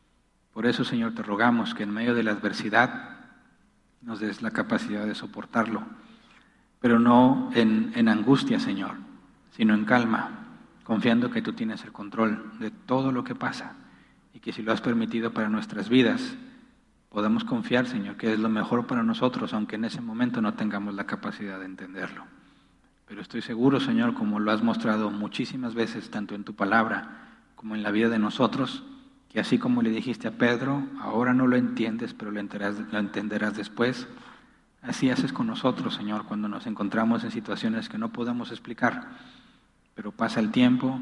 Por eso, Señor, te rogamos que en medio de la adversidad nos des la capacidad de soportarlo, pero no en, en angustia, Señor, sino en calma, confiando que tú tienes el control de todo lo que pasa y que si lo has permitido para nuestras vidas, podamos confiar, Señor, que es lo mejor para nosotros, aunque en ese momento no tengamos la capacidad de entenderlo. Pero estoy seguro, Señor, como lo has mostrado muchísimas veces, tanto en tu palabra como en la vida de nosotros, que así como le dijiste a Pedro, ahora no lo entiendes, pero lo entenderás, lo entenderás después. Así haces con nosotros, Señor, cuando nos encontramos en situaciones que no podemos explicar. Pero pasa el tiempo,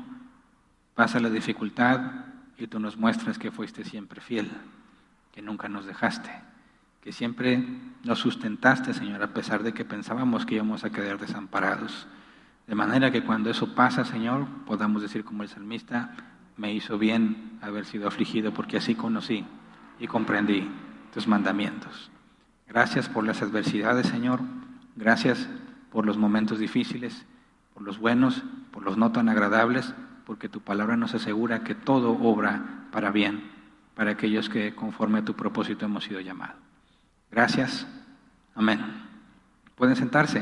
pasa la dificultad y tú nos muestras que fuiste siempre fiel, que nunca nos dejaste, que siempre nos sustentaste, Señor, a pesar de que pensábamos que íbamos a quedar desamparados. De manera que cuando eso pasa, Señor, podamos decir como el salmista, me hizo bien haber sido afligido porque así conocí y comprendí tus mandamientos. Gracias por las adversidades, Señor. Gracias por los momentos difíciles, por los buenos, por los no tan agradables, porque tu palabra nos asegura que todo obra para bien, para aquellos que conforme a tu propósito hemos sido llamados. Gracias. Amén. Pueden sentarse.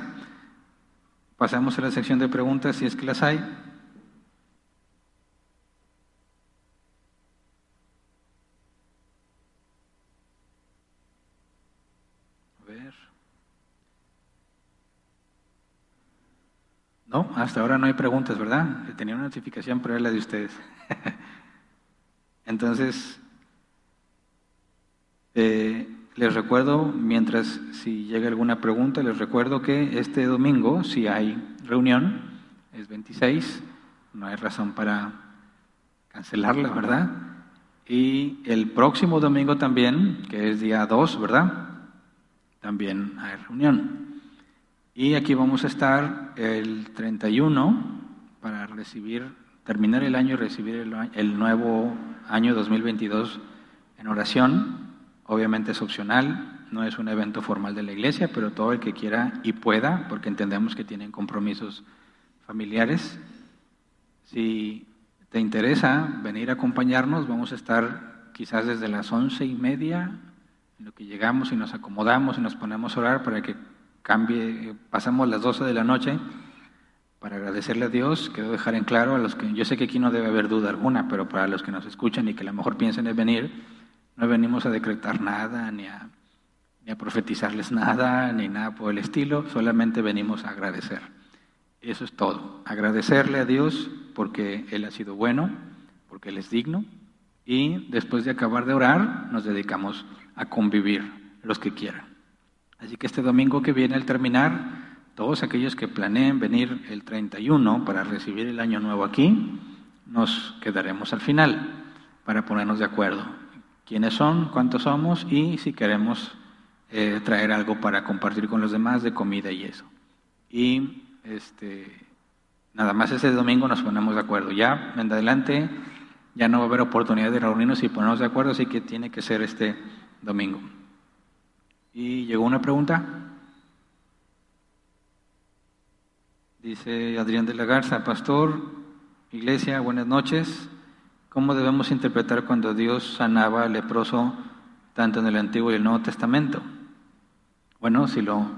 Pasamos a la sección de preguntas, si es que las hay. A ver. No, hasta ahora no hay preguntas, ¿verdad? Tenía una notificación, pero era la de ustedes. Entonces, eh, les recuerdo, mientras si llega alguna pregunta, les recuerdo que este domingo, si hay reunión, es veintiséis, no hay razón para cancelarla, ¿verdad? Y el próximo domingo también, que es día dos, ¿verdad? También hay reunión. Y aquí vamos a estar el treinta y uno para recibir, terminar el año y recibir el, el nuevo año dos mil veintidós en oración. Obviamente es opcional, no es un evento formal de la iglesia, pero todo el que quiera y pueda, porque entendemos que tienen compromisos familiares. Si te interesa venir a acompañarnos, vamos a estar quizás desde las once y media, en lo que llegamos y nos acomodamos y nos ponemos a orar para que cambie, pasamos las doce de la noche para agradecerle a Dios. Quiero dejar en claro a los que, yo sé que aquí no debe haber duda alguna, pero para los que nos escuchan y que a lo mejor piensen en venir, no venimos a decretar nada, ni a, ni a profetizarles nada, ni nada por el estilo, solamente venimos a agradecer. Eso es todo, agradecerle a Dios porque Él ha sido bueno, porque Él es digno, y después de acabar de orar nos dedicamos a convivir los que quieran. Así que este domingo que viene, al terminar, todos aquellos que planeen venir el treinta y uno para recibir el año nuevo aquí, nos quedaremos al final para ponernos de acuerdo. ¿Quiénes son? ¿Cuántos somos? Y si queremos eh, traer algo para compartir con los demás de comida y eso. Y este, nada más ese domingo nos ponemos de acuerdo. Ya en adelante ya no va a haber oportunidad de reunirnos y ponernos de acuerdo, así que tiene que ser este domingo. Y llegó una pregunta. Dice Adrián de la Garza: Pastor, iglesia, buenas noches. ¿Cómo debemos interpretar cuando Dios sanaba al leproso tanto en el Antiguo y el Nuevo Testamento? Bueno, si lo,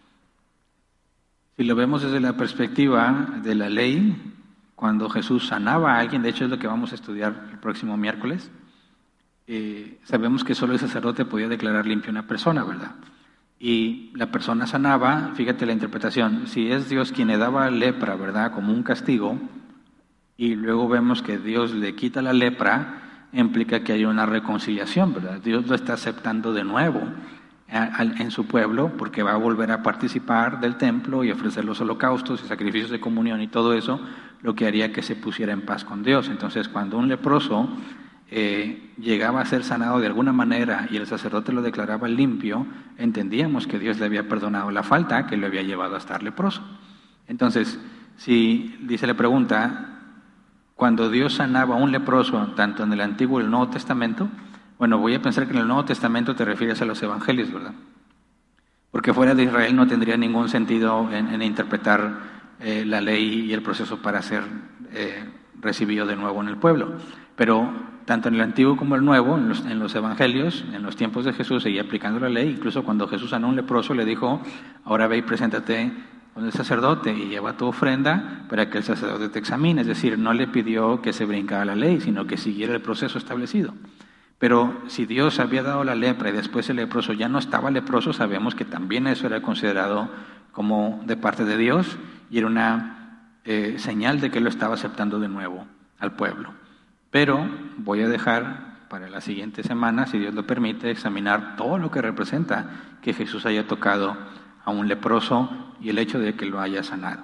si lo vemos desde la perspectiva de la ley, cuando Jesús sanaba a alguien, de hecho es lo que vamos a estudiar el próximo miércoles, Eh, sabemos que solo el sacerdote podía declarar limpia a una persona, ¿verdad? Y la persona sanaba, fíjate la interpretación, si es Dios quien le daba lepra, ¿verdad?, como un castigo, y luego vemos que Dios le quita la lepra, implica que hay una reconciliación, ¿verdad? Dios lo está aceptando de nuevo en su pueblo, porque va a volver a participar del templo y ofrecer los holocaustos y sacrificios de comunión y todo eso, lo que haría que se pusiera en paz con Dios. Entonces, cuando un leproso Eh, llegaba a ser sanado de alguna manera y el sacerdote lo declaraba limpio, entendíamos que Dios le había perdonado la falta que lo había llevado a estar leproso. Entonces, si dice la pregunta, cuando Dios sanaba a un leproso, tanto en el Antiguo y el Nuevo Testamento, bueno, voy a pensar que en el Nuevo Testamento te refieres a los evangelios, ¿verdad? Porque fuera de Israel no tendría ningún sentido en, en interpretar eh, la ley y el proceso para ser eh, recibido de nuevo en el pueblo. Pero tanto en el Antiguo como el Nuevo, en los, en los Evangelios, en los tiempos de Jesús, seguía aplicando la ley. Incluso cuando Jesús sanó a un leproso, le dijo: ahora ve y preséntate con el sacerdote y lleva tu ofrenda para que el sacerdote te examine. Es decir, no le pidió que se brincara la ley, sino que siguiera el proceso establecido. Pero si Dios había dado la lepra y después el leproso ya no estaba leproso, sabemos que también eso era considerado como de parte de Dios y era una eh, señal de que lo estaba aceptando de nuevo al pueblo. Pero voy a dejar para la siguiente semana, si Dios lo permite, examinar todo lo que representa que Jesús haya tocado a un leproso y el hecho de que lo haya sanado.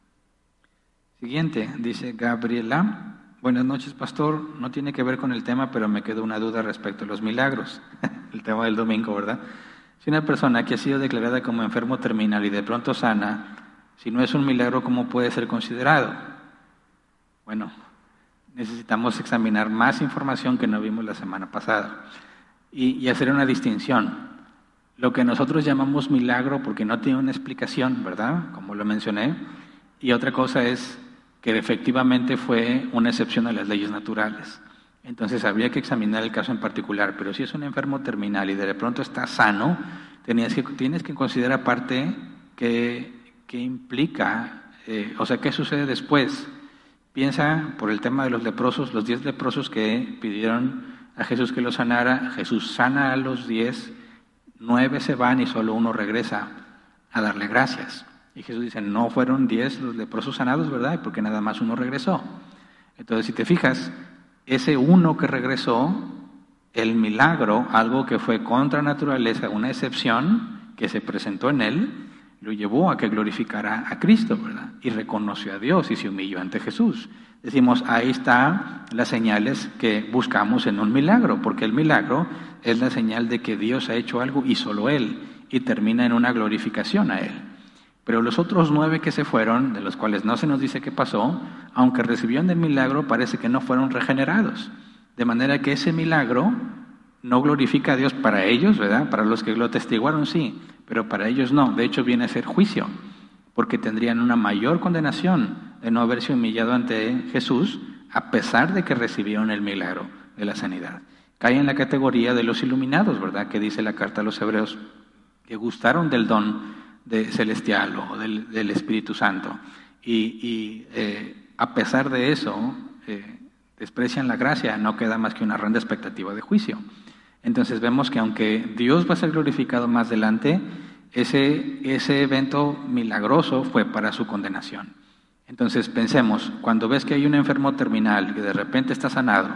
Siguiente, dice Gabriela: buenas noches, pastor. No tiene que ver con el tema, pero me quedó una duda respecto a los milagros. El tema del domingo, ¿verdad? Si una persona que ha sido declarada como enfermo terminal y de pronto sana, si no es un milagro, ¿cómo puede ser considerado? Bueno, necesitamos examinar más información que no vimos la semana pasada y, y hacer una distinción. Lo que nosotros llamamos milagro, porque no tiene una explicación, ¿verdad?, como lo mencioné, y otra cosa es que efectivamente fue una excepción a las leyes naturales. Entonces habría que examinar el caso en particular, pero si es un enfermo terminal y de pronto está sano, tienes que, tienes que considerar aparte qué, qué implica, eh, o sea, qué sucede después. Piensa por el tema de los leprosos, los diez leprosos que pidieron a Jesús que los sanara. Jesús sana a los diez, nueve se van y solo uno regresa a darle gracias. Y Jesús dice, no fueron diez los leprosos sanados, ¿verdad? Porque nada más uno regresó. Entonces, si te fijas, ese uno que regresó, el milagro, algo que fue contra naturaleza, una excepción que se presentó en él, lo llevó a que glorificara a Cristo, ¿verdad? Y reconoció a Dios y se humilló ante Jesús. Decimos, ahí están las señales que buscamos en un milagro, porque el milagro es la señal de que Dios ha hecho algo y solo Él, y termina en una glorificación a Él. Pero los otros nueve que se fueron, de los cuales no se nos dice qué pasó, aunque recibieron el milagro, parece que no fueron regenerados. De manera que ese milagro no glorifica a Dios para ellos, ¿verdad? Para los que lo atestiguaron sí, pero para ellos no. De hecho viene a ser juicio, porque tendrían una mayor condenación de no haberse humillado ante Jesús, a pesar de que recibieron el milagro de la sanidad. Cae en la categoría de los iluminados, ¿verdad? Que dice la carta a los Hebreos, que gustaron del don de celestial o del, del Espíritu Santo. Y, y eh, a pesar de eso, eh, desprecian la gracia, no queda más que una ronda expectativa de juicio. Entonces vemos que aunque Dios va a ser glorificado más adelante, ese, ese evento milagroso fue para su condenación. Entonces pensemos, cuando ves que hay un enfermo terminal que de repente está sanado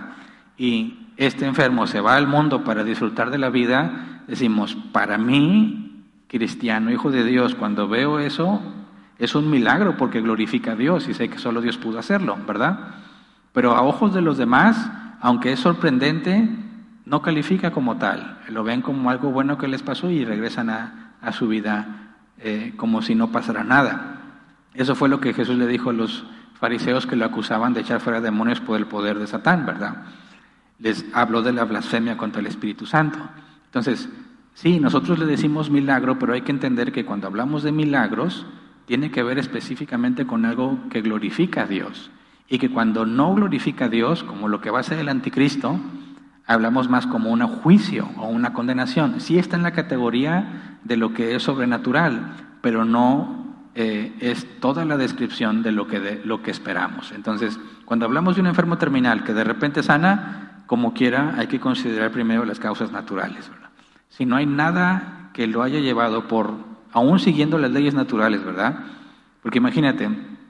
y este enfermo se va al mundo para disfrutar de la vida, decimos, para mí, cristiano, hijo de Dios, cuando veo eso, es un milagro porque glorifica a Dios y sé que solo Dios pudo hacerlo, ¿verdad? Pero a ojos de los demás, aunque es sorprendente, no califica como tal. Lo ven como algo bueno que les pasó y regresan a, a su vida eh, como si no pasara nada. Eso fue lo que Jesús le dijo a los fariseos que lo acusaban de echar fuera demonios por el poder de Satán, ¿verdad? Les habló de la blasfemia contra el Espíritu Santo. Entonces, sí, nosotros le decimos milagro, pero hay que entender que cuando hablamos de milagros, tiene que ver específicamente con algo que glorifica a Dios. Y que cuando no glorifica a Dios, como lo que va a ser el anticristo, hablamos más como un juicio o una condenación. Sí está en la categoría de lo que es sobrenatural, pero no eh, es toda la descripción de lo que, de lo que esperamos. Entonces, cuando hablamos de un enfermo terminal que de repente sana, como quiera, hay que considerar primero las causas naturales, ¿verdad? Si no hay nada que lo haya llevado por, aún siguiendo las leyes naturales, ¿verdad? Porque imagínate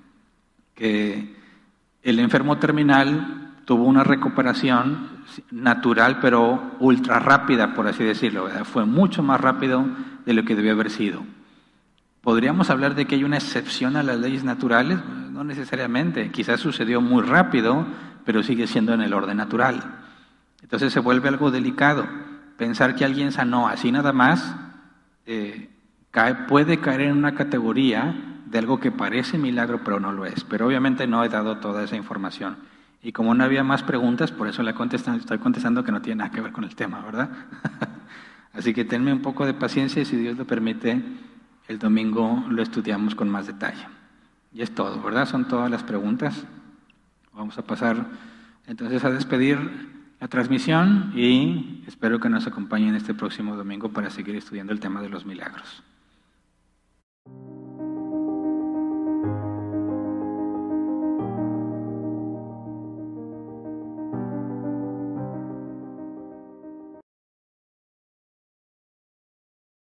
que el enfermo terminal tuvo una recuperación natural, pero ultra rápida, por así decirlo, ¿verdad? Fue mucho más rápido de lo que debió haber sido. ¿Podríamos hablar de que hay una excepción a las leyes naturales? No necesariamente. Quizás sucedió muy rápido, pero sigue siendo en el orden natural. Entonces se vuelve algo delicado. Pensar que alguien sanó así nada más eh, cae, puede caer en una categoría de algo que parece milagro, pero no lo es. Pero obviamente no he dado toda esa información. Y como no había más preguntas, por eso le contestan, estoy contestando que no tiene nada que ver con el tema, ¿verdad? Así que tenme un poco de paciencia y si Dios lo permite, el domingo lo estudiamos con más detalle. Y es todo, ¿verdad? Son todas las preguntas. Vamos a pasar entonces a despedir la transmisión y espero que nos acompañen este próximo domingo para seguir estudiando el tema de los milagros.